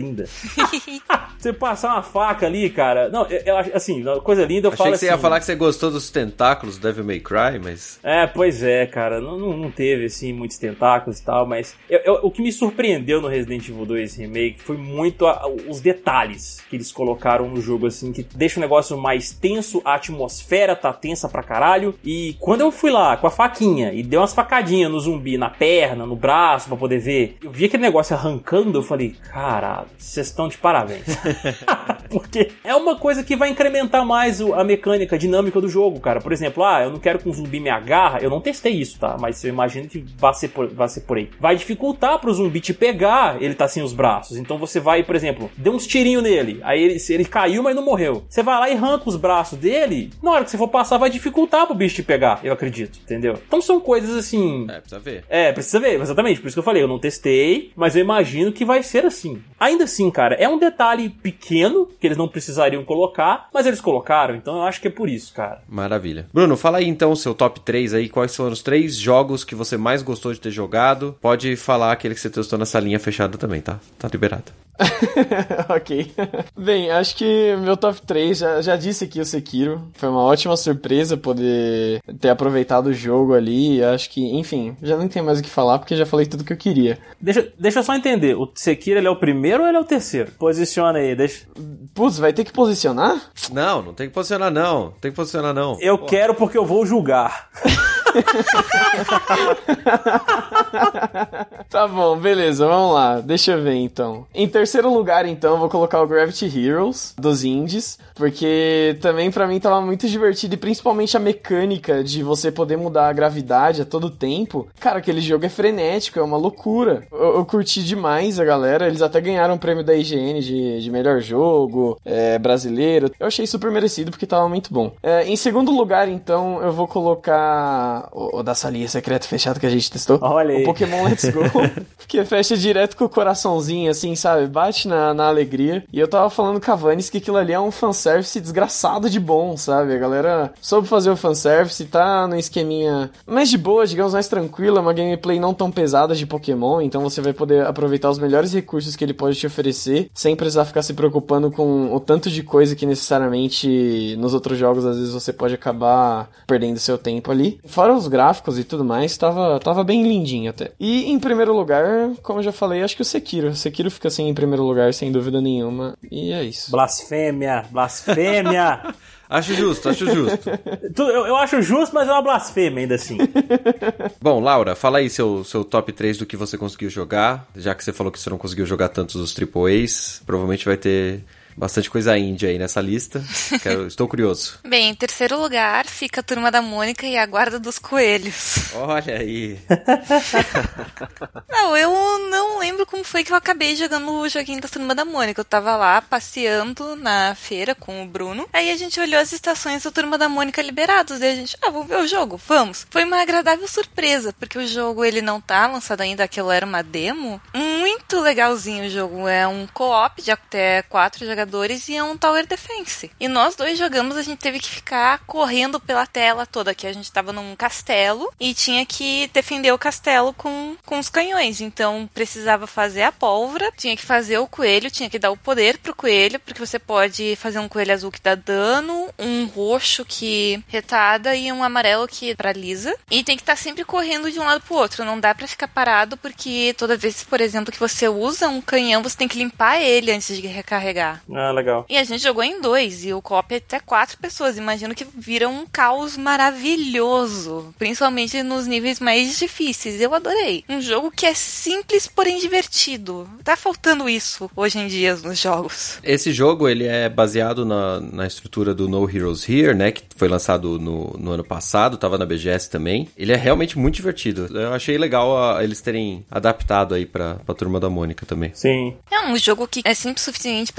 linda. Você passar uma faca ali, cara... Não, eu, eu acho, assim, coisa linda, eu Achei falo que assim... você ia falar que você gostou dos tentáculos do Devil May Cry, mas... É, pois é, cara. Não, não, não teve, assim, muitos tentáculos e tal, mas... Eu, eu, o que me surpreendeu no Resident Evil dois Remake foi muito a, os detalhes que eles colocaram no jogo, assim, que deixa o negócio mais tenso, a atmosfera tá tensa pra caralho, e quando eu fui lá com a faquinha e dei umas facadinhas no zumbi, na perna, no braço, pra poder ver, eu vi aquele negócio arrancando, eu falei, caralho, vocês estão de parabéns. Porque é uma coisa que vai incrementar mais a mecânica, a dinâmica do jogo, cara. Por exemplo, ah, eu não quero que um zumbi me agarra. Eu não testei isso, tá? Mas eu imagino que vai ser por, vai ser por aí. Vai dificultar pro zumbi te pegar, ele tá sem os braços. Então você vai, por exemplo, deu uns tirinhos nele. Aí ele, ele caiu, mas não morreu. Você vai lá e arranca os braços dele. Na hora que você for passar, vai dificultar pro bicho te pegar, eu acredito, entendeu? Então são coisas assim... É, precisa ver. É, precisa ver, exatamente. Por isso que eu falei, eu não testei, mas eu imagino que vai ser assim. Ainda assim, cara, é um detalhe pequeno que eles não precisariam colocar, mas eles colocaram, então eu acho que é por isso, cara. Maravilha. Bruno, fala aí então o seu top três aí, quais foram os três jogos que você mais gostou de ter jogado. Pode falar aquele que você testou nessa linha fechada também, tá? Tá liberado. Ok. Bem, acho que meu top três, já, já disse aqui o Sekiro. Foi uma ótima surpresa poder ter aproveitado o jogo ali. Acho que, enfim, já não tem mais o que falar porque já falei tudo que eu queria. Deixa, deixa eu só entender, o Sekiro ele é o primeiro ou ele é o terceiro? Posiciona aí, deixa... Putz, vai ter que posicionar? Não, não tem que posicionar não. Não tem que posicionar não. Eu Pô. quero porque eu vou julgar. Tá bom, beleza, vamos lá. Deixa eu ver então. Em terceiro lugar, então, eu vou colocar o Gravity Heroes dos indies, porque também pra mim tava muito divertido, e principalmente a mecânica de você poder mudar a gravidade a todo tempo. Cara, aquele jogo é frenético, é uma loucura. Eu, eu curti demais a galera, eles até ganharam o prêmio da I G N de, de melhor jogo é, brasileiro. Eu achei super merecido porque tava muito bom. É, em segundo lugar, então, eu vou colocar o, o da salinha secreta fechada que a gente testou. Olha aí. O Pokémon Let's Go. Porque fecha direto com o coraçãozinho, assim, sabe? Bate na, na alegria. E eu tava falando com a Vanis que aquilo ali é um fanservice desgraçado de bom, sabe? A galera soube fazer o fanservice, tá no esqueminha mais de boa, digamos, mais tranquila, uma gameplay não tão pesada de Pokémon, então você vai poder aproveitar os melhores recursos que ele pode te oferecer, sem precisar ficar se preocupando com o tanto de coisa que necessariamente nos outros jogos, às vezes, você pode acabar perdendo seu tempo ali. Fora os gráficos e tudo mais, tava, tava bem lindinho até. E em primeiro lugar, como eu já falei, acho que o Sekiro. O Sekiro fica assim em primeiro lugar, sem dúvida nenhuma. E é isso. Blasfêmia! Blasfêmia! Acho justo, acho justo. eu, eu acho justo, mas é uma blasfêmia ainda assim. Bom, Laura, fala aí seu, seu top três do que você conseguiu jogar. Já que você falou que você não conseguiu jogar tantos dos Triple A's, provavelmente vai ter... bastante coisa índia aí nessa lista. Quero, estou curioso. Bem, em terceiro lugar fica a Turma da Mônica e a Guarda dos Coelhos. Olha aí. Não, eu não lembro como foi que eu acabei jogando o joguinho da Turma da Mônica. Eu tava lá passeando na feira com o Bruno. Aí a gente olhou as estações da Turma da Mônica liberados. Daí a gente, ah, vamos ver o jogo, vamos. Foi uma agradável surpresa, porque o jogo ele não tá lançado ainda, aquilo era uma demo. Muito legalzinho o jogo. É um co-op de até quatro jogadores e é um Tower Defense. E nós dois jogamos, a gente teve que ficar correndo pela tela toda, que a gente tava num castelo e tinha que defender o castelo com, com os canhões. Então precisava fazer a pólvora, tinha que fazer o coelho, tinha que dar o poder pro coelho, porque você pode fazer um coelho azul que dá dano, um roxo que retada e um amarelo que paralisa. E tem que estar sempre correndo de um lado pro outro, não dá pra ficar parado, porque toda vez, por exemplo, que você usa um canhão, você tem que limpar ele antes de recarregar. Ah, legal. E a gente jogou em dois, e o co-op é até quatro pessoas. Imagino que vira um caos maravilhoso, principalmente nos níveis mais difíceis. Eu adorei. Um jogo que é simples, porém divertido. Tá faltando isso hoje em dia nos jogos. Esse jogo, ele é baseado na, na estrutura do No Heroes Here, né, que foi lançado no, no ano passado, tava na B G S também. Ele é realmente muito divertido. Eu achei legal a, eles terem adaptado aí pra, pra Turma da Mônica também. Sim. É um jogo que é simples o suficiente pra criança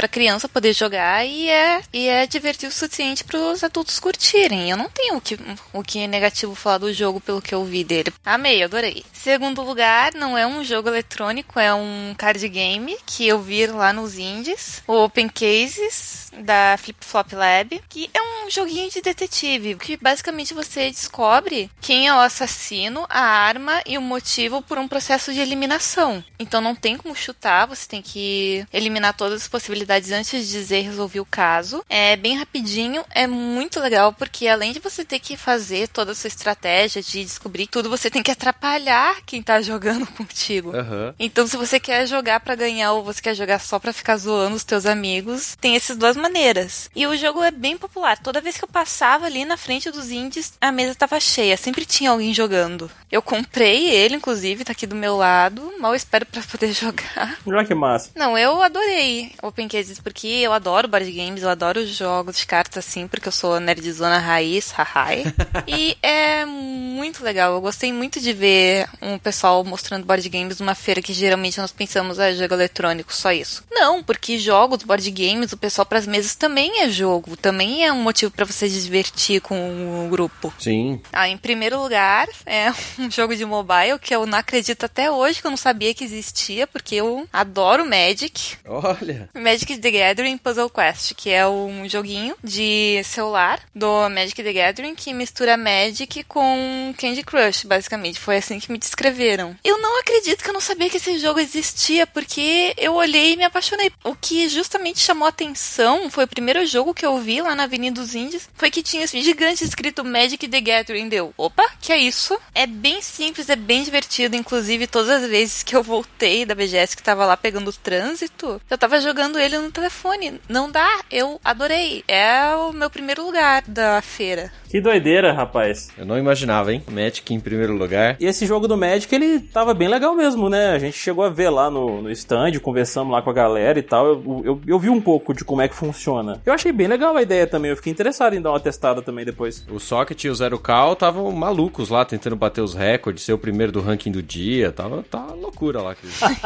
criança poder jogar e é, e é divertido o suficiente para os adultos curtirem. Eu não tenho o que, o que negativo falar do jogo pelo que eu vi dele. Amei, adorei. Segundo lugar, não é um jogo eletrônico, é um card game que eu vi lá nos indies, o Open Cases da Flip Flop Lab, que é um joguinho de detetive, que basicamente você descobre quem é o assassino, a arma e o motivo por um processo de eliminação. Então não tem como chutar, você tem que eliminar todas as possibilidades antes de dizer resolver o caso. É bem rapidinho, é muito legal, porque além de você ter que fazer toda a sua estratégia de descobrir tudo, você tem que atrapalhar quem tá jogando contigo. Uhum. Então se você quer jogar pra ganhar ou você quer jogar só pra ficar zoando os teus amigos, tem essas duas maneiras. E o jogo é bem popular. Toda vez que eu passava ali na frente dos indies, a mesa tava cheia. Sempre tinha alguém jogando. Eu comprei ele, inclusive, tá aqui do meu lado. Mal espero pra poder jogar. Olha que massa. Não, eu adorei Open Cases, porque eu adoro board games, eu adoro jogos de cartas assim, porque eu sou nerdzona raiz, hahai. E é muito legal. Eu gostei muito de ver um pessoal mostrando board games numa feira que geralmente nós pensamos, ah, jogo eletrônico, só isso. Não, porque jogos, board games, o pessoal pras mesas também é jogo, também é um motivo pra você se divertir com o grupo. Sim. Ah, em primeiro lugar, é um jogo de mobile que eu não acredito até hoje que eu não sabia que existia, porque eu adoro Magic. Olha! Magic the Gathering Puzzle Quest, que é um joguinho de celular do Magic the Gathering que mistura Magic com Candy Crush, basicamente. Foi assim que me descreveram. Eu não acredito que eu não sabia que esse jogo existia, porque eu olhei e me apaixonei. O que justamente chamou a atenção foi o primeiro jogo que eu vi lá na Avenida dos Indies, foi que tinha esse gigante escrito Magic the Gathering. Deu, opa, que é isso? É bem simples, é bem divertido. Inclusive, todas as vezes que eu voltei da B G S que tava lá pegando o trânsito, eu tava jogando ele no telefone. Não dá, eu adorei. É o meu primeiro lugar da feira. Que doideira, rapaz. Eu não imaginava, hein? Magic em primeiro lugar. E esse jogo do Magic, ele tava bem legal mesmo, né? A gente chegou a ver lá no, no stand, conversamos lá com a galera e tal. Eu, eu, eu vi um pouco de como é que funciona. Eu achei bem legal a ideia também. Eu fiquei interessado em dar uma testada também depois. O Socket e o Zero Call estavam malucos lá, tentando bater os recordes, ser o primeiro do ranking do dia. Tava, tava loucura lá.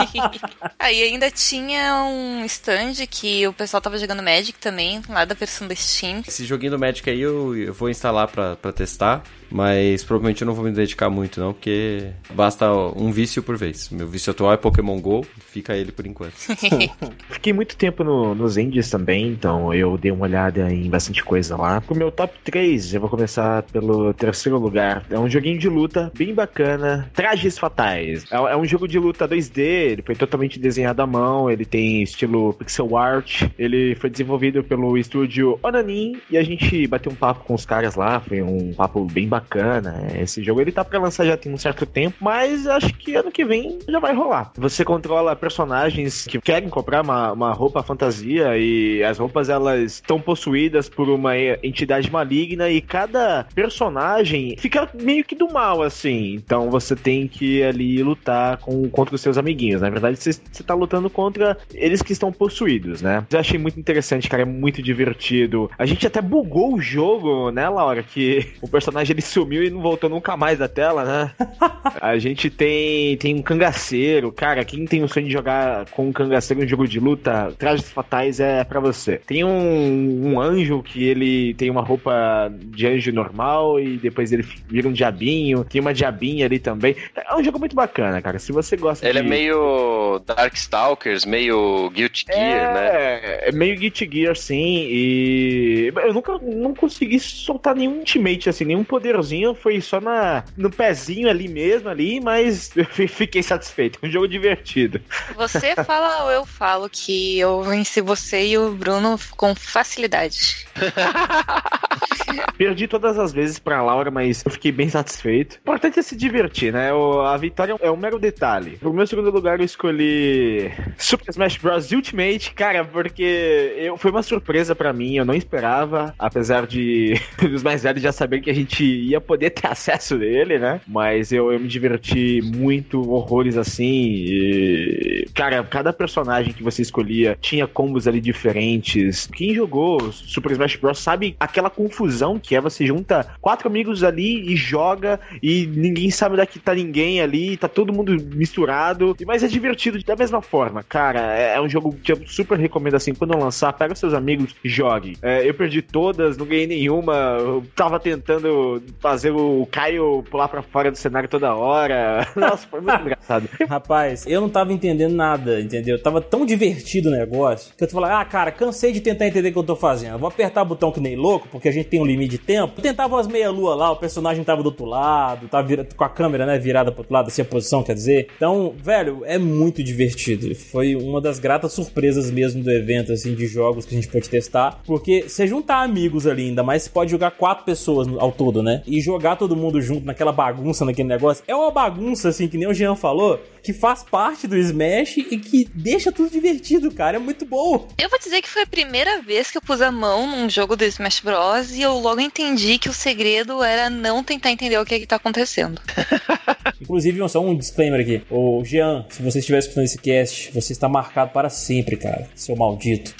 Aí ainda tinha um stand que o pessoal tava jogando Magic também, lá da versão da Steam. Esse joguinho do Magic aí eu, eu vou instalar lá pra, pra testar, mas provavelmente eu não vou me dedicar muito não, porque basta um vício por vez. Meu vício atual é Pokémon GO, fica ele por enquanto. Fiquei muito tempo no, nos indies também, então eu dei uma olhada em bastante coisa lá. Pro meu top três, eu vou começar pelo terceiro lugar. É um joguinho de luta bem bacana, Trajes Fatais. É, é um jogo de luta dois D, ele foi totalmente desenhado à mão, ele tem estilo pixel art, ele foi desenvolvido pelo estúdio Onanin, e a gente bateu um papo com os caras lá, foi um papo bem bacana. Esse jogo ele tá pra lançar já tem um certo tempo, mas acho que ano que vem já vai rolar. Você controla personagens que querem comprar uma, uma roupa fantasia, e as roupas elas estão possuídas por uma entidade maligna, e cada personagem fica meio que do mal, assim. Então você tem que ali lutar com, contra os seus amiguinhos. Na verdade, você, você tá lutando contra eles que estão possuídos, né? Eu achei muito interessante, cara, é muito divertido. A gente até bugou o jogo, né, Laura? Que o personagem ele sumiu e não voltou nunca mais da tela, né? A gente tem, tem um cangaceiro. Cara, quem tem o sonho de jogar com um cangaceiro em um jogo de luta, Trajes Fatais é pra você. Tem um, um anjo que ele tem uma roupa de anjo normal e depois ele vira um diabinho. Tem uma diabinha ali também. É um jogo muito bacana, cara. Se você gosta ele de... é meio Darkstalkers, meio Guilty Gear, é, né? É meio Guilty Gear, sim. E eu nunca não consegui soltar nenhum ultimate, assim, nenhum poderzinho. Foi só na, no pezinho ali mesmo, ali, mas eu fiquei satisfeito. Um jogo divertido. Você fala ou eu falo que eu venci você e o Bruno com facilidade. Perdi todas as vezes pra Laura, mas eu fiquei bem satisfeito. O importante é se divertir, né? O, a vitória é um mero detalhe. No meu segundo lugar eu escolhi Super Smash Bros. Ultimate, cara, porque eu, foi uma surpresa pra mim, eu não esperava, apesar de os mais velhos já saberem que a gente ia poder ter acesso dele, né? Mas eu, eu me diverti muito, horrores assim. E, cara, cada personagem que você escolhia tinha combos ali diferentes. Quem jogou Super Smash Bros. Sabe aquela confusão que é você junta quatro amigos ali e joga e ninguém sabe daqui tá ninguém ali, tá todo mundo misturado. Mas é divertido da mesma forma, cara. É, é um jogo que eu super recomendo assim, quando lançar, pega seus amigos e jogue. É, eu perdi todas, não ganhei nenhuma. Eu tava tentando fazer o Caio pular pra fora do cenário toda hora. Nossa, foi muito engraçado. Rapaz, eu não tava entendendo nada, entendeu? Tava tão divertido o negócio que eu tô falando, ah, cara, cansei de tentar entender o que eu tô fazendo. Vou apertar o botão que nem louco, porque a gente tem um limite de tempo. Eu tentava umas meia-lua lá, o personagem tava do outro lado, tava vira... com a câmera, né, virada pro outro lado, assim a posição, quer dizer. Então, velho, é muito divertido. Foi uma das gratas surpresas mesmo do evento, assim, de jogos que a gente pode testar, porque você juntar amigos ali ainda, mas você pode jogar quatro pessoas ao todo, né? E jogar todo mundo junto naquela bagunça, naquele negócio. É uma bagunça, assim, que nem o Jean falou, que faz parte do Smash e que deixa tudo divertido, cara. É muito bom. Eu vou dizer que foi a primeira vez que eu pus a mão num jogo do Smash Bros. E eu logo entendi que o segredo era não tentar entender o que que tá acontecendo. Inclusive, só um disclaimer aqui. Ô, Jean, se você estiver escutando esse cast, você está marcado para sempre, cara. Seu maldito.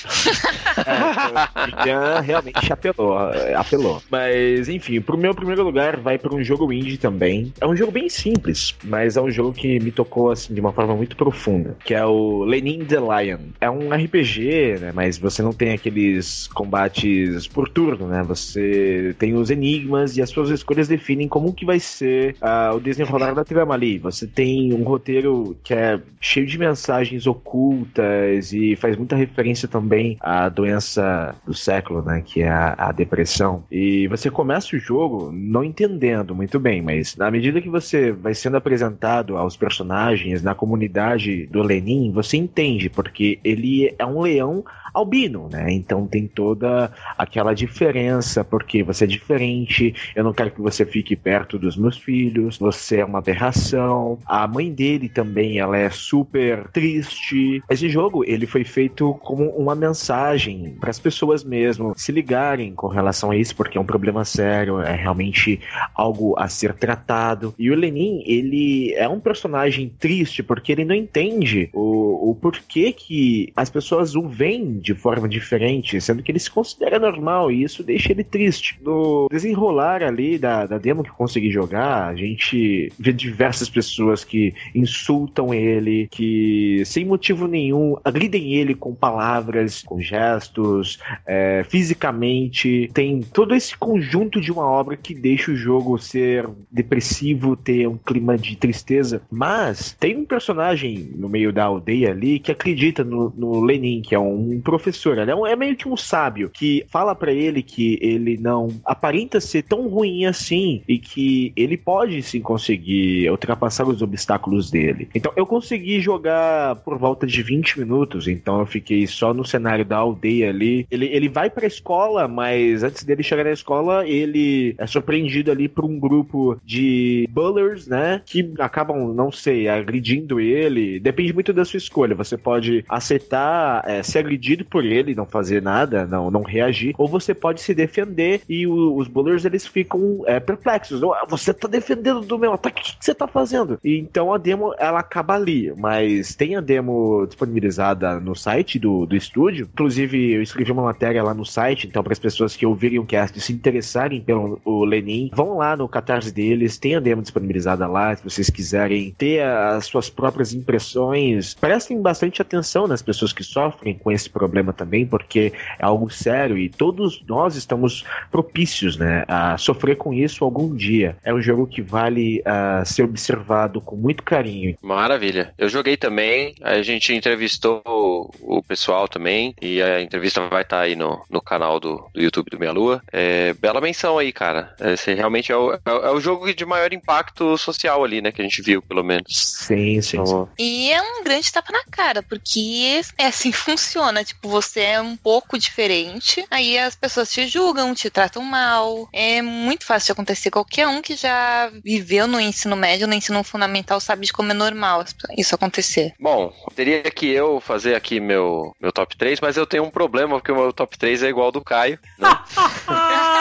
É, o Jean realmente apelou, apelou. Mas, enfim, pro meu primeiro lugar vai para um jogo indie também. É um jogo bem simples, mas é um jogo que me tocou, assim, de uma forma muito profunda, que é o Lenin the Lion. É um R P G, né, mas você não tem aqueles combates por turno, né? Você tem os enigmas e as suas escolhas definem como que vai ser uh, o desenrolar da trama ali. Você tem um roteiro que é cheio de mensagens ocultas e faz muita referência também à doença do século, né, que é a, a depressão. E você começa o jogo não entendendo muito bem, mas na medida que você vai sendo apresentado aos personagens, na comunidade do Lenin, você entende, porque ele é um leão albino, né? Então tem toda aquela diferença, porque você é diferente, eu não quero que você fique perto dos meus filhos, você é uma aberração. A mãe dele também, ela é super triste. Esse jogo, ele foi feito como uma mensagem para as pessoas mesmo se ligarem com relação a isso, porque é um problema sério, é realmente algo a ser tratado. E o Lenin, ele é um personagem triste, porque ele não entende o, o porquê que as pessoas o veem de forma diferente, sendo que ele se considera normal, e isso deixa ele triste. No desenrolar ali da, da demo que eu consegui jogar, a gente vê diversas pessoas que insultam ele, que sem motivo nenhum agridem ele com palavras, com gestos, é, fisicamente. Tem todo esse conjunto de uma obra que deixa o jogo ser depressivo, ter um clima de tristeza, mas tem um personagem no meio da aldeia ali que acredita no, no Lenin, que é um professor, ele é, um, é meio que um sábio, que fala pra ele que ele não aparenta ser tão ruim assim e que ele pode sim conseguir ultrapassar os obstáculos dele. Então eu consegui jogar por volta de vinte minutos, então eu fiquei só no cenário da aldeia ali. Ele, ele vai pra escola, mas antes dele chegar na escola, ele é surpreendido ali por um grupo de bullers, né, que acabam, não sei, agredindo ele. Depende muito da sua escolha. Você pode aceitar é, ser agredido por ele, não fazer nada, não, não reagir, ou você pode se defender e o, os bullers, eles ficam é, perplexos. Você tá defendendo do meu ataque, o que, que você tá fazendo? E então a demo, ela acaba ali, mas tem a demo disponibilizada no site do, do estúdio. Inclusive, eu escrevi uma matéria lá no site, então para as pessoas que ouvirem o cast se interessarem pelo o Lenin, vão lá no Catarse deles, tem a demo disponibilizada lá, se vocês quiserem ter as suas próprias impressões. Prestem bastante atenção nas pessoas que sofrem com esse problema também, porque é algo sério e todos nós estamos propícios, né, a sofrer com isso algum dia. É um jogo que vale uh, ser observado com muito carinho. Maravilha. Eu joguei também, a gente entrevistou o, o pessoal também, e a entrevista vai estar aí no, no canal do, do YouTube do Meia Lua. É, bela menção aí, cara. Esse realmente é o, é, é o jogo de maior impacto social ali, né, que a gente viu, pelo menos. Sim, sim. Então, e é um grande tapa na cara, porque é assim que funciona. Tipo, você é um pouco diferente, aí as pessoas te julgam, te tratam mal. É muito fácil de acontecer. Qualquer um que já viveu no ensino médio, no ensino fundamental, sabe de como é normal isso acontecer. Bom, teria que eu fazer aqui meu, meu top três, mas eu tenho um problema, porque o meu top três é igual ao do Caio, né?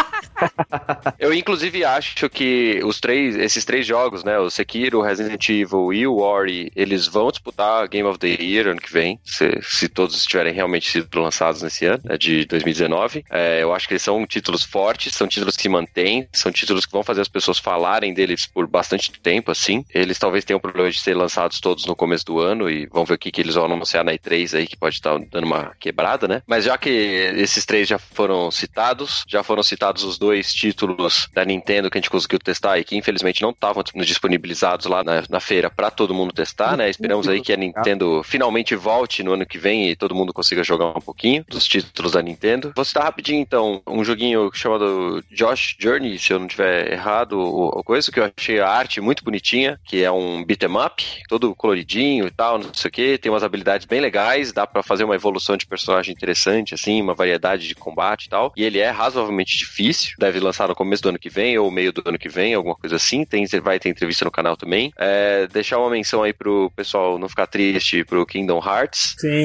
Eu, inclusive, acho que os três, esses três jogos, né, o Sekiro, o Resident Evil e o Ori, eles vão disputar Game of the Year ano que vem, se, se todos estiverem realmente sido lançados nesse ano, né, de dois mil e dezenove. É, eu acho que eles são títulos fortes, são títulos que se mantêm, são títulos que vão fazer as pessoas falarem deles por bastante tempo, assim. Eles talvez tenham o problema de ser lançados todos no começo do ano e vão ver o que, que eles vão anunciar na E três aí, que pode estar dando uma quebrada, né? Mas já que esses três já foram citados, já foram citados os dois títulos da Nintendo que a gente conseguiu testar e que infelizmente não estavam disponibilizados lá na, na feira pra todo mundo testar, né? Esperamos aí que a Nintendo finalmente volte no ano que vem e todo mundo consiga jogar um pouquinho dos títulos da Nintendo. Vou citar rapidinho, então, um joguinho chamado Josh Journey, se eu não tiver errado ou coisa, que eu achei a arte muito bonitinha, que é um beat'em up, todo coloridinho e tal, não sei o que, tem umas habilidades bem legais, dá pra fazer uma evolução de personagem interessante, assim, uma variedade de combate e tal, e ele é razoavelmente difícil, deve lançar no começo do ano que vem, ou meio do ano que vem, alguma coisa assim, tem, vai ter entrevista no canal também. É, deixar uma menção aí pro pessoal não ficar triste, pro Kingdom Hearts, sim,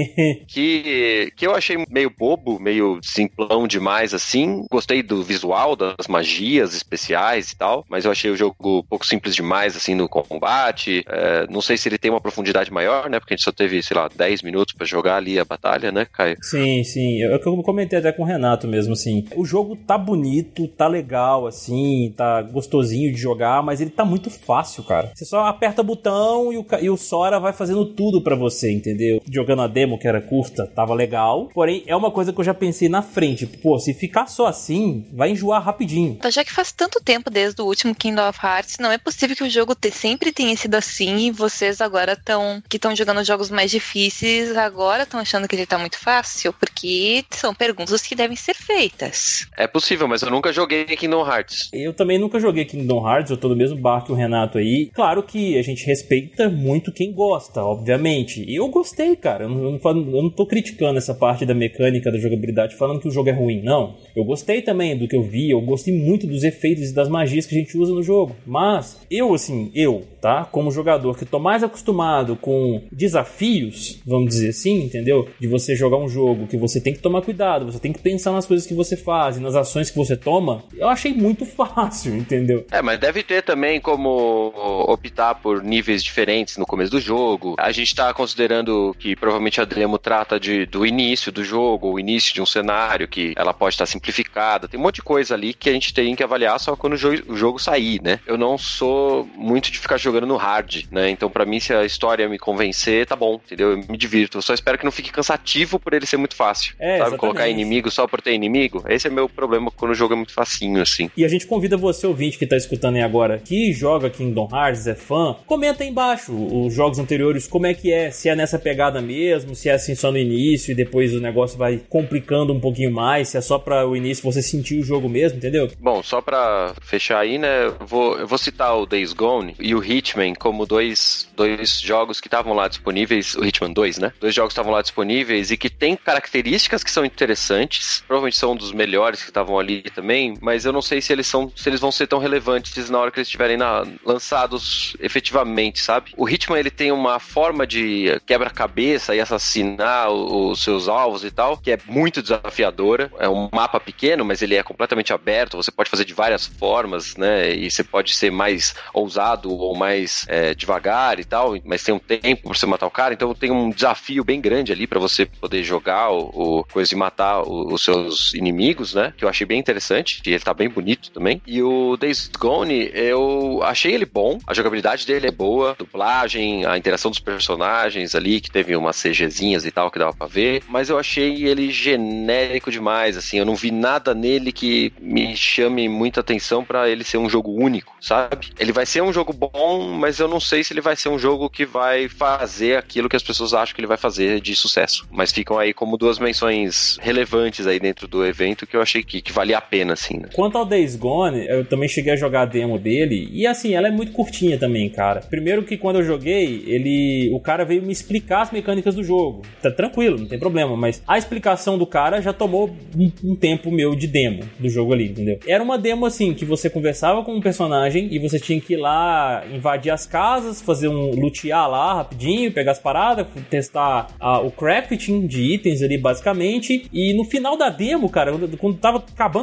que, que eu achei meio bobo, meio simplão demais, assim, gostei do visual, das magias especiais e tal, mas eu achei o jogo um pouco simples demais, assim, no combate, é, não sei se ele tem uma profundidade maior, né, porque a gente só teve, sei lá, dez minutos pra jogar ali a batalha, né, Caio? Sim, sim, eu, eu comentei até com o Renato mesmo, assim, o jogo tá bonito, tá legal, assim, tá gostosinho de jogar, mas ele tá muito fácil, cara. Você só aperta botão e o, e o Sora vai fazendo tudo pra você, entendeu? Jogando a demo, que era curta, tava legal, porém, é uma coisa que eu já pensei na frente, pô, se ficar só assim, vai enjoar rapidinho. Já que faz tanto tempo desde o último Kingdom of Hearts, não é possível que o jogo te, sempre tenha sido assim e vocês agora estão, que estão jogando jogos mais difíceis, agora estão achando que ele tá muito fácil, porque são perguntas que devem ser feitas. É possível, mas eu nunca joguei Kingdom Hearts. Eu também nunca joguei Kingdom Hearts, eu tô no mesmo bar que o Renato aí. Claro que a gente respeita muito quem gosta, obviamente. E eu gostei, cara. Eu não, eu, não, eu não tô criticando essa parte da mecânica, da jogabilidade, falando que o jogo é ruim, não. Eu gostei também do que eu vi, eu gostei muito dos efeitos e das magias que a gente usa no jogo. Mas, eu assim, eu, tá? Como jogador que tô mais acostumado com desafios, vamos dizer assim, entendeu? De você jogar um jogo que você tem que tomar cuidado, você tem que pensar nas coisas que você faz e nas ações que você toma, eu achei muito fácil, entendeu? É, mas deve ter também como optar por níveis diferentes no começo do jogo. A gente tá considerando que provavelmente a demo trata de, do início do jogo, o início de um cenário, que ela pode estar simplificada. Tem um monte de coisa ali que a gente tem que avaliar só quando o jogo, o jogo sair, né? Eu não sou muito de ficar jogando no hard, né? Então, pra mim, se a história me convencer, tá bom, entendeu? Eu me divirto. Eu só espero que não fique cansativo por ele ser muito fácil. É, sabe? exatamente. Colocar inimigo só por ter inimigo. Esse é meu problema quando o jogo é muito facinho, assim. E a gente convida você, ouvinte, que tá escutando aí agora, que joga Kingdom Hearts, é fã, comenta aí embaixo os jogos anteriores, como é que é, se é nessa pegada mesmo, se é assim só no início e depois o negócio vai complicando um pouquinho mais, se é só pra o início você sentir o jogo mesmo, entendeu? Bom, só pra fechar aí, né, eu vou, eu vou citar o Days Gone e o Hitman como dois, dois jogos que estavam lá disponíveis, o Hitman dois, né? Dois jogos que estavam lá disponíveis e que tem características que são interessantes, provavelmente são um dos melhores que estavam ali também, mas eu não sei se eles são, se eles vão ser tão relevantes na hora que eles estiverem na, lançados efetivamente, sabe? O Hitman, ele tem uma forma de quebra-cabeça e assassinar os seus alvos e tal, que é muito desafiadora. É um mapa pequeno, mas ele é completamente aberto, você pode fazer de várias formas, né? E você pode ser mais ousado ou mais é, devagar e tal, mas tem um tempo pra você matar o cara, então tem um desafio bem grande ali pra você poder jogar o, o coisa de matar o, os seus inimigos, né? Que eu achei bem interessante, e ele tá bem bonito também. E o Days Gone, eu achei ele bom, a jogabilidade dele é boa, dublagem, a interação dos personagens ali, que teve umas CGzinhas e tal que dava pra ver, mas eu achei ele genérico demais, assim, eu não vi nada nele que me chame muita atenção pra ele ser um jogo único, sabe? Ele vai ser um jogo bom, mas eu não sei se ele vai ser um jogo que vai fazer aquilo que as pessoas acham que ele vai fazer de sucesso, mas ficam aí como duas menções relevantes aí dentro do evento que eu achei que, que valia a pena, assim, né? Quanto ao Days Gone, eu também cheguei a jogar a demo dele, e assim, ela é muito curtinha também, cara. Primeiro que quando eu joguei, ele, o cara veio me explicar as mecânicas do jogo. Tá tranquilo, não tem problema, mas a explicação do cara já tomou um, um tempo meu de demo do jogo ali, entendeu? Era uma demo assim, que você conversava com um personagem e você tinha que ir lá invadir as casas, fazer um lutear lá rapidinho, pegar as paradas, testar uh, o crafting de itens ali basicamente, e no final da demo, cara, quando tava acabando o tempo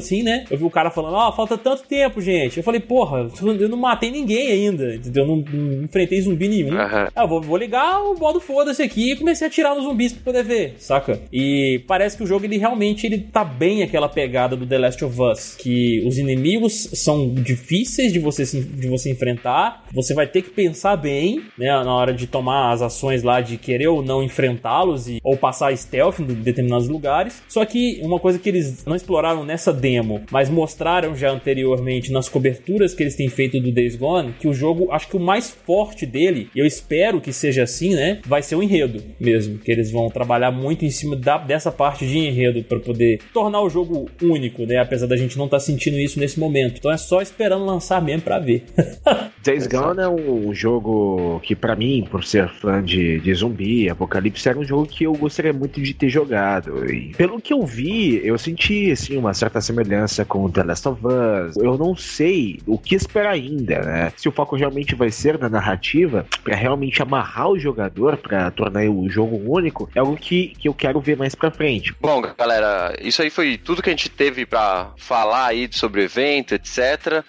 assim, né? Eu vi o cara falando, ó, oh, falta tanto tempo, gente. Eu falei, porra, eu não matei ninguém ainda, entendeu? Eu não, não enfrentei zumbi nenhum. Uhum. Eu vou, vou ligar o modo foda-se aqui e comecei a atirar nos zumbis pra poder ver, saca? E parece que o jogo, ele realmente, ele tá bem aquela pegada do The Last of Us, que os inimigos são difíceis de você, de você enfrentar, você vai ter que pensar bem, né, na hora de tomar as ações lá, de querer ou não enfrentá-los, e, ou passar stealth em determinados lugares. Só que uma coisa que eles não exploraram nessa demo, mas mostraram já anteriormente nas coberturas que eles têm feito do Days Gone, que o jogo, acho que o mais forte dele, e eu espero que seja assim, né, vai ser o enredo mesmo, que eles vão trabalhar muito em cima da, dessa parte de enredo para poder tornar o jogo único, né, apesar da gente não estar tá sentindo isso nesse momento. Então é só esperando lançar mesmo pra ver. Days Gone é um jogo que, pra mim, por ser fã de, de zumbi, Apocalipse, era um jogo que eu gostaria muito de ter jogado. E pelo que eu vi, eu senti, assim, uma certa semelhança com The Last of Us. Eu não sei o que esperar ainda, né? Se o foco realmente vai ser na narrativa, pra realmente amarrar o jogador, pra tornar o jogo único, é algo que, que eu quero ver mais pra frente. Bom, galera, isso aí foi tudo que a gente teve pra falar aí sobre o evento, etcétera.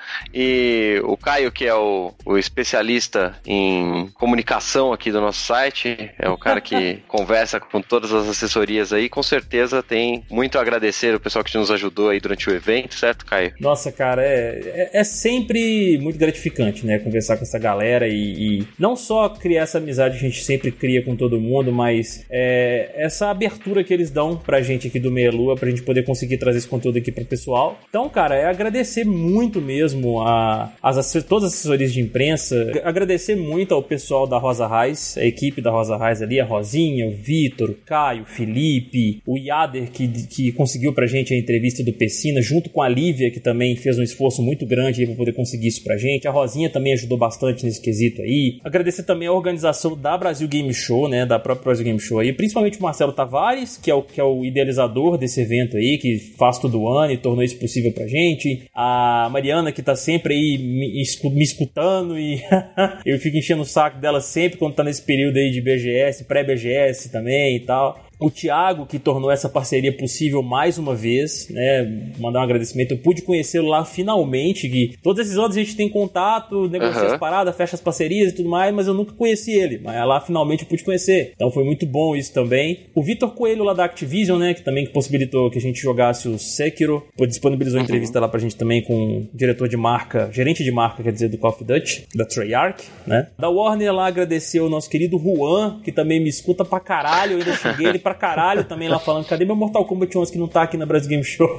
E o Caio, que é o, o especialista em comunicação aqui do nosso site, é o cara que conversa com todas as assessorias aí, com certeza tem muito a agradecer o pessoal que nos ajudou aí durante o evento, certo, Caio? Nossa, cara, é, é, é sempre muito gratificante, né, conversar com essa galera e, e não só criar essa amizade que a gente sempre cria com todo mundo, mas é, essa abertura que eles dão pra gente aqui do Meia Lua, pra gente poder conseguir trazer esse conteúdo aqui pro pessoal. Então, cara, é agradecer muito mesmo a, as, todas as assessorias de imprensa, agradecer muito ao pessoal da Rosa Reis, a equipe da Rosa Reis ali, a Rosinha, o Vitor, o Caio, o Felipe, o Yader, que, que conseguiu pra gente a entrevista do Pessina, junto com a Lívia, que também fez um esforço muito grande pra poder conseguir isso pra gente. A Rosinha também ajudou bastante nesse quesito aí. Agradecer também a organização da Brasil Game Show, né, da própria Brasil Game Show aí, principalmente o Marcelo Tavares, que é o, que é o idealizador desse evento aí, que faz todo ano e tornou isso possível pra gente. A Mariana, que tá sempre aí me, me escutando e eu fico enchendo o saco dela sempre quando tá nesse período aí de B G S, pré-B G S também e tal. O Thiago, que tornou essa parceria possível mais uma vez, né? Mandar um agradecimento. Eu pude conhecê-lo lá finalmente, que todos esses anos a gente tem contato, negocia uhum. as paradas, fecha as parcerias e tudo mais, mas eu nunca conheci ele. Mas lá finalmente eu pude conhecer. Então foi muito bom isso também. O Vitor Coelho lá da Activision, né? Que também possibilitou que a gente jogasse o Sekiro. Disponibilizou uhum. entrevista lá pra gente também com o diretor de marca, gerente de marca, quer dizer, do Call of Duty, da Treyarch, né? Da Warner lá agradeceu o nosso querido Juan, que também me escuta pra caralho. Eu ainda cheguei ele pra caralho também lá falando, cadê meu Mortal Kombat onze que não tá aqui na Brasil Game Show?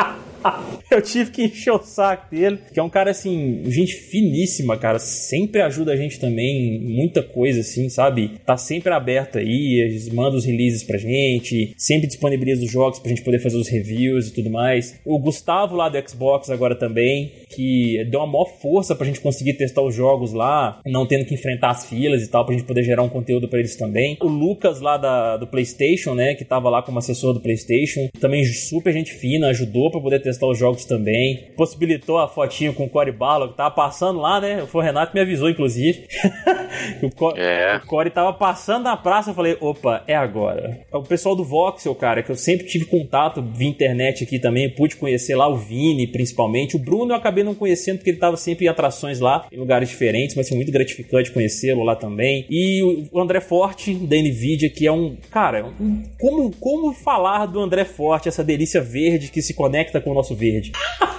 Eu tive que encher o saco dele, que é um cara, assim, gente finíssima, cara, sempre ajuda a gente também em muita coisa, assim, sabe? Tá sempre aberto aí, manda os releases pra gente, sempre disponibiliza os jogos pra gente poder fazer os reviews e tudo mais. O Gustavo lá do Xbox agora também, que deu uma maior força pra gente conseguir testar os jogos lá, não tendo que enfrentar as filas e tal, pra gente poder gerar um conteúdo pra eles também. O Lucas lá da, do PlayStation, né, que tava lá como assessor do PlayStation, também super gente fina, ajudou pra poder testar testar os jogos também, possibilitou a fotinho com o Cory Barlow, que tava passando lá, né? Foi o Renato que me avisou, inclusive. o, Co- é. o Cory tava passando na praça, eu falei, opa, é agora. O pessoal do Voxel, cara, que eu sempre tive contato via internet aqui também, pude conhecer lá o Vini, principalmente. O Bruno eu acabei não conhecendo, porque ele tava sempre em atrações lá, em lugares diferentes, mas foi muito gratificante conhecê-lo lá também. E o André Forte, da NVIDIA, que é um, cara, um, como, como falar do André Forte, essa delícia verde que se conecta com o nosso verde.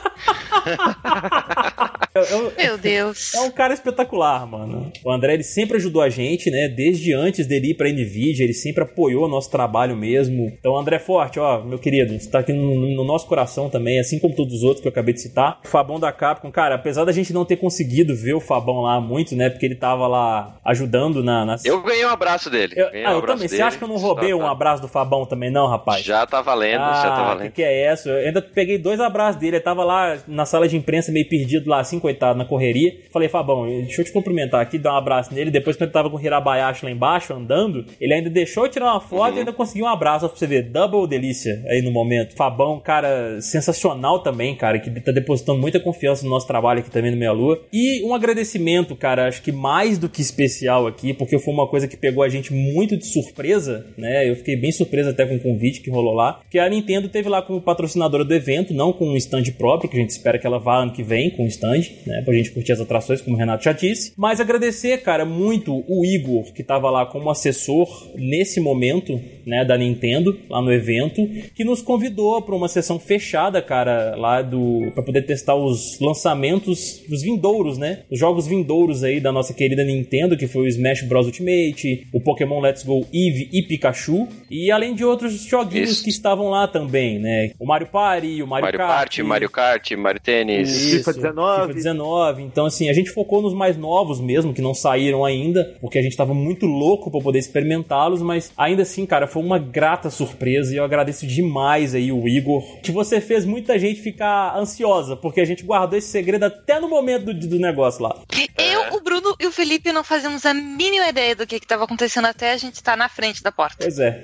eu, eu, Meu Deus. É um cara espetacular, mano. O André, ele sempre ajudou a gente, né? Desde antes dele ir pra NVIDIA, ele sempre apoiou o nosso trabalho mesmo. Então, André Forte, ó, meu querido, você tá aqui no, no nosso coração também, assim como todos os outros que eu acabei de citar. O Fabão da Capcom, cara, apesar da gente não ter conseguido ver o Fabão lá muito, né? Porque ele tava lá ajudando na... Nas... Eu ganhei um abraço dele. Eu, ganhei ah, um eu abraço também. Dele. Você acha que eu não roubei um abraço do Fabão também, não, rapaz? Já tá valendo, ah, já tá valendo. O que, que é isso? Eu ainda peguei dois abraços dele. Ele tava lá na sala de imprensa meio perdido lá, assim, coitado, na correria. Falei, Fabão, deixa eu te cumprimentar aqui, dar um abraço nele. Depois, quando ele tava com o Hirabayashi lá embaixo, andando, ele ainda deixou eu tirar uma foto uhum. e ainda conseguiu um abraço pra você ver. Double delícia aí no momento. Fabão, cara, sensacional também, cara, que tá depositando muita confiança no nosso trabalho aqui também no Meia Lua. E um agradecimento, cara, acho que mais do que especial aqui, porque foi uma coisa que pegou a gente muito de surpresa, né? Eu fiquei bem surpreso até com o convite que rolou lá, que a Nintendo teve lá como patrocinadora do evento, não com um stand próprio, que a gente espera que ela vá ano que vem com um stand, né? Pra gente curtir as atrações, como o Renato já disse. Mas agradecer, cara, muito o Igor, que tava lá como assessor nesse momento, né, da Nintendo, lá no evento, que nos convidou para uma sessão fechada, cara, lá do... pra poder testar os lançamentos, os vindouros, né? Os jogos vindouros aí da nossa querida Nintendo, que foi o Smash Bros Ultimate, o Pokémon Let's Go Eevee e Pikachu, e além de outros joguinhos Isso. que estavam lá também, né? O Mario Party, o Mario, Mario Kart... Party, Mario Kart, Mario Tênis... Isso, FIFA dezenove. FIFA dezenove. Então, assim, a gente focou nos mais novos mesmo, que não saíram ainda, porque a gente tava muito louco pra poder experimentá-los, mas ainda assim, cara, foi uma grata surpresa e eu agradeço demais aí o Igor, que você fez muita gente ficar ansiosa, porque a gente guardou esse segredo até no momento do, do negócio lá. Eu, o Bruno e o Felipe não fazíamos a mínima ideia do que estava acontecendo até a gente estar na frente da porta. Pois é.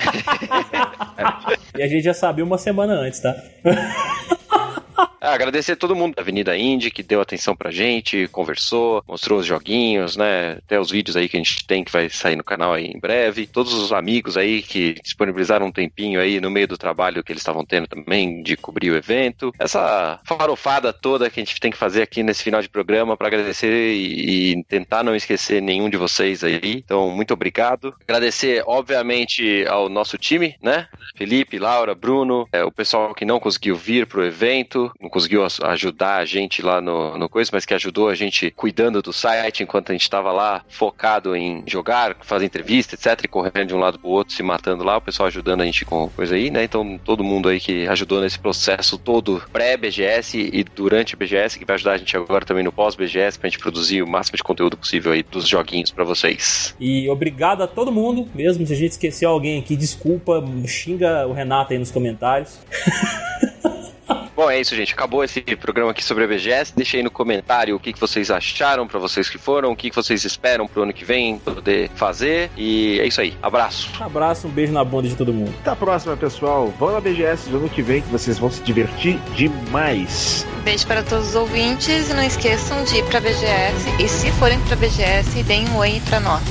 E a gente já sabia uma semana antes, tá? Ah, agradecer a todo mundo da Avenida Indie que deu atenção pra gente, conversou, mostrou os joguinhos, né? Até os vídeos aí que a gente tem que vai sair no canal aí em breve. Todos os amigos aí que disponibilizaram um tempinho aí no meio do trabalho que eles estavam tendo também de cobrir o evento. Essa farofada toda que a gente tem que fazer aqui nesse final de programa pra agradecer e, e tentar não esquecer nenhum de vocês aí. Então, muito obrigado. Agradecer, obviamente, ao nosso time, né? Felipe, Laura, Bruno, é, o pessoal que não conseguiu vir pro evento, não conseguiu ajudar a gente lá no, no coisa, mas que ajudou a gente cuidando do site enquanto a gente estava lá focado em jogar, fazer entrevista, etcétera, e correndo de um lado pro outro, se matando lá, o pessoal ajudando a gente com coisa aí, né? Então, todo mundo aí que ajudou nesse processo todo pré-B G S e durante o B G S, que vai ajudar a gente agora também no pós-B G S, pra gente produzir o máximo de conteúdo possível aí dos joguinhos pra vocês. E obrigado a todo mundo, mesmo se a gente esqueceu alguém aqui, desculpa, xinga o Renato aí nos comentários. Bom, é isso, gente. Acabou esse programa aqui sobre a B G S. Deixa aí no comentário o que, que vocês acharam, pra vocês que foram, o que, que vocês esperam pro ano que vem poder fazer. E é isso aí. Abraço. Abraço, um beijo na bunda de todo mundo. Até a próxima, pessoal. Vão na B G S do ano que vem que vocês vão se divertir demais. Beijo para todos os ouvintes e não esqueçam de ir pra B G S. E se forem pra B G S, deem um oi pra nós.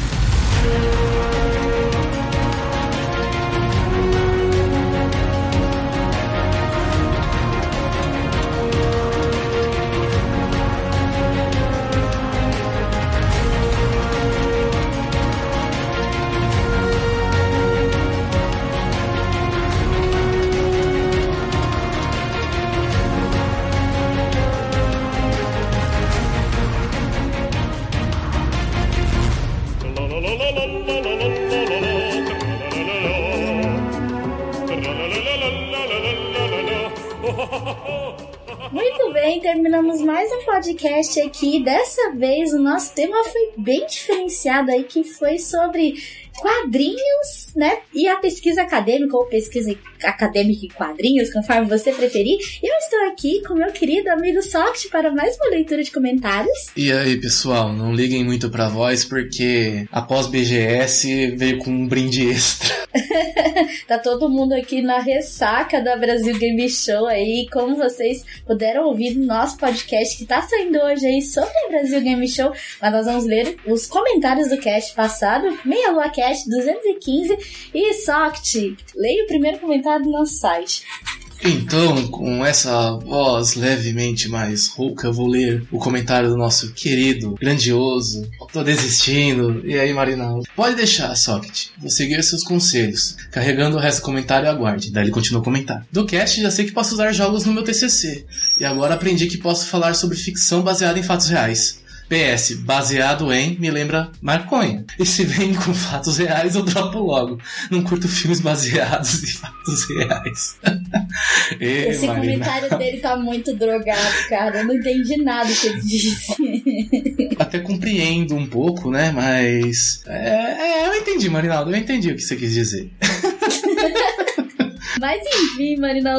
Muito bem, terminamos mais um podcast aqui. Dessa vez o nosso tema foi bem diferenciado aí, que foi sobre quadrinhos, né? E a pesquisa acadêmica, ou pesquisa acadêmica em quadrinhos, conforme você preferir. E eu estou aqui com meu querido amigo Soft para mais uma leitura de comentários. E aí, pessoal, não liguem muito pra voz, porque após B G S veio com um brinde extra. Tá todo mundo aqui na ressaca da Brasil Game Show aí, como vocês puderam ouvir no nosso podcast que tá saindo hoje aí sobre a Brasil Game Show, mas nós vamos ler os comentários do cast passado, Meia Lua Cast duzentos e quinze, e Soft, leia o primeiro comentário do nosso site. Então, com essa voz levemente mais rouca, eu vou ler o comentário do nosso querido, grandioso, tô desistindo, e aí, Marinaldo? Pode deixar, Socket, vou seguir seus conselhos. Carregando o resto do comentário, aguarde. Daí ele continua a comentar. Do cast, já sei que posso usar jogos no meu T C C, e agora aprendi que posso falar sobre ficção baseada em fatos reais. P S, baseado em, me lembra maconha. E se vem com fatos reais, eu dropo logo. Não curto filmes baseados em fatos reais. E, Esse Marina. Comentário dele tá muito drogado, cara. Eu não entendi nada que ele disse. Até compreendo um pouco, né? Mas... É, é, eu entendi, Marinaldo. Eu entendi o que você quis dizer. Mas enfim, Marinaldo, muito obrigada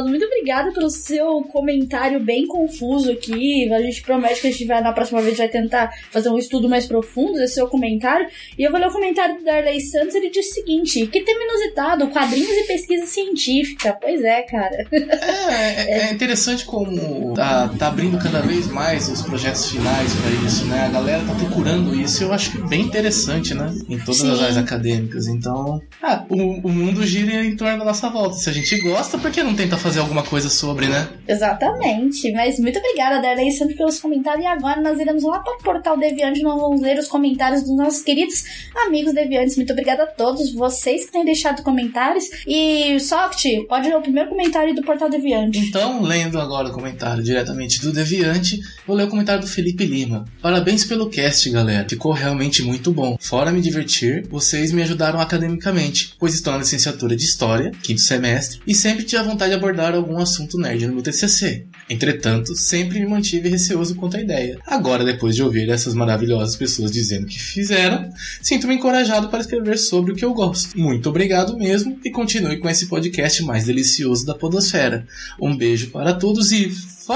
obrigada pelo seu comentário bem confuso aqui. A gente promete que a gente vai, na próxima vez, vai tentar fazer um estudo mais profundo desse seu comentário. E eu vou ler o comentário do Darley Santos. Ele diz o seguinte: que tema inusitado, quadrinhos e pesquisa científica. Pois é, cara. É, é, é interessante como tá, tá abrindo cada vez mais os projetos finais pra isso, né? A galera tá procurando isso. Eu acho que é bem interessante, né? Em todas Sim. as áreas acadêmicas. Então, ah, o, o mundo gira em torno da nossa volta. Se a gente gosta, por que não tenta fazer alguma coisa sobre, né? Exatamente. Mas muito obrigada, Darley Santos, pelos comentários. E agora nós iremos lá para o Portal Deviante. Nós vamos ler os comentários dos nossos queridos amigos deviantes. Muito obrigada a todos vocês que têm deixado comentários. E, Socket, pode ler o primeiro comentário do Portal Deviante. Então, lendo agora o comentário diretamente do Deviante, vou ler o comentário do Felipe Lima. Parabéns pelo cast, galera. Ficou realmente muito bom. Fora me divertir, vocês me ajudaram academicamente, pois estou na licenciatura de História, quinto semestre, e sempre tive a vontade de abordar algum assunto nerd no meu T C C. Entretanto, sempre me mantive receoso quanto à ideia. Agora, depois de ouvir essas maravilhosas pessoas dizendo que fizeram, sinto-me encorajado para escrever sobre o que eu gosto. Muito obrigado mesmo e continue com esse podcast mais delicioso da podosfera. Um beijo para todos e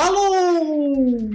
falou!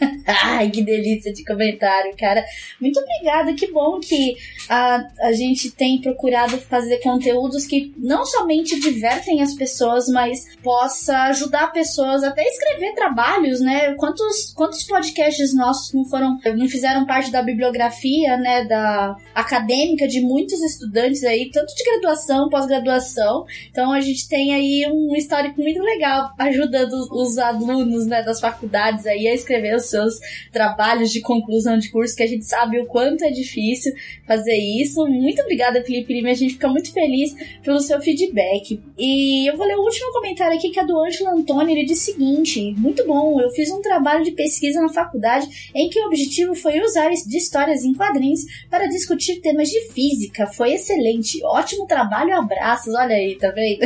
Ai, que delícia de comentário, cara. Muito obrigada, que bom que a, a gente tem procurado fazer conteúdos que não somente divertem as pessoas, mas possa ajudar pessoas até a escrever trabalhos, né? Quantos, quantos podcasts nossos não foram, não fizeram parte da bibliografia, né, da acadêmica de muitos estudantes aí, tanto de graduação, pós-graduação. Então a gente tem aí um histórico muito legal, ajudando os alunos, né, das faculdades aí a escrever os seus trabalhos de conclusão de curso, que a gente sabe o quanto é difícil fazer isso. Muito obrigada, Felipe Lima, a gente fica muito feliz pelo seu feedback. E eu vou ler o último comentário aqui, que é do Ângelo Antônio. Ele diz o seguinte: muito bom, eu fiz um trabalho de pesquisa na faculdade em que o objetivo foi usar de histórias em quadrinhos para discutir temas de física. Foi excelente, ótimo trabalho, abraços. Olha aí, tá vendo?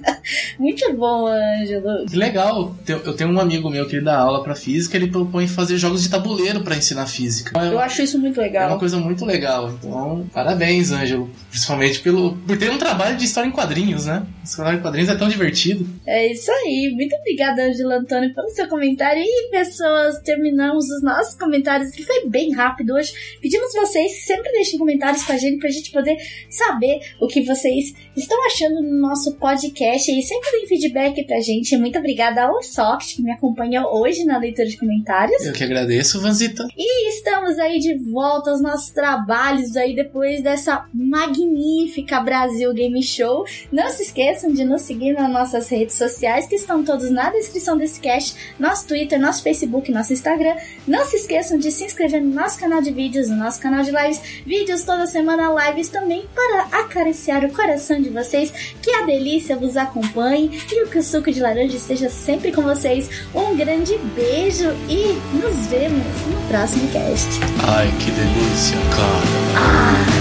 Muito bom, Ângelo. Que legal, eu tenho um amigo meu que ele dá aula pra física, ele propõe fazer jogos de tabuleiro pra ensinar física. Eu acho isso muito legal. É uma coisa muito legal. Então, parabéns, Ângelo. Principalmente pelo, por ter um trabalho de história em quadrinhos, né? História em quadrinhos é tão divertido. É isso aí. Muito obrigada, Ângelo Antônio, pelo seu comentário. E, pessoas, terminamos os nossos comentários, que foi bem rápido hoje. Pedimos vocês que sempre deixem comentários pra gente, pra gente poder saber o que vocês estão achando no nosso podcast. E sempre deem feedback pra gente. Muito obrigada ao Socket, que me acompanhou hoje na leitura de comentários. Eu que agradeço, Vanzita. E estamos aí de volta aos nossos trabalhos aí depois dessa magnífica Brasil Game Show. Não se esqueçam de nos seguir nas nossas redes sociais, que estão todos na descrição desse cast, nosso Twitter, nosso Facebook, nosso Instagram. Não se esqueçam de se inscrever no nosso canal de vídeos, no nosso canal de lives, vídeos toda semana, lives também, para acariciar o coração de vocês, que a delícia vos acompanhe e que o suco de laranja esteja sempre com vocês. Um grande beijo e nos vemos no próximo cast. Ai, que delícia, cara. Ah.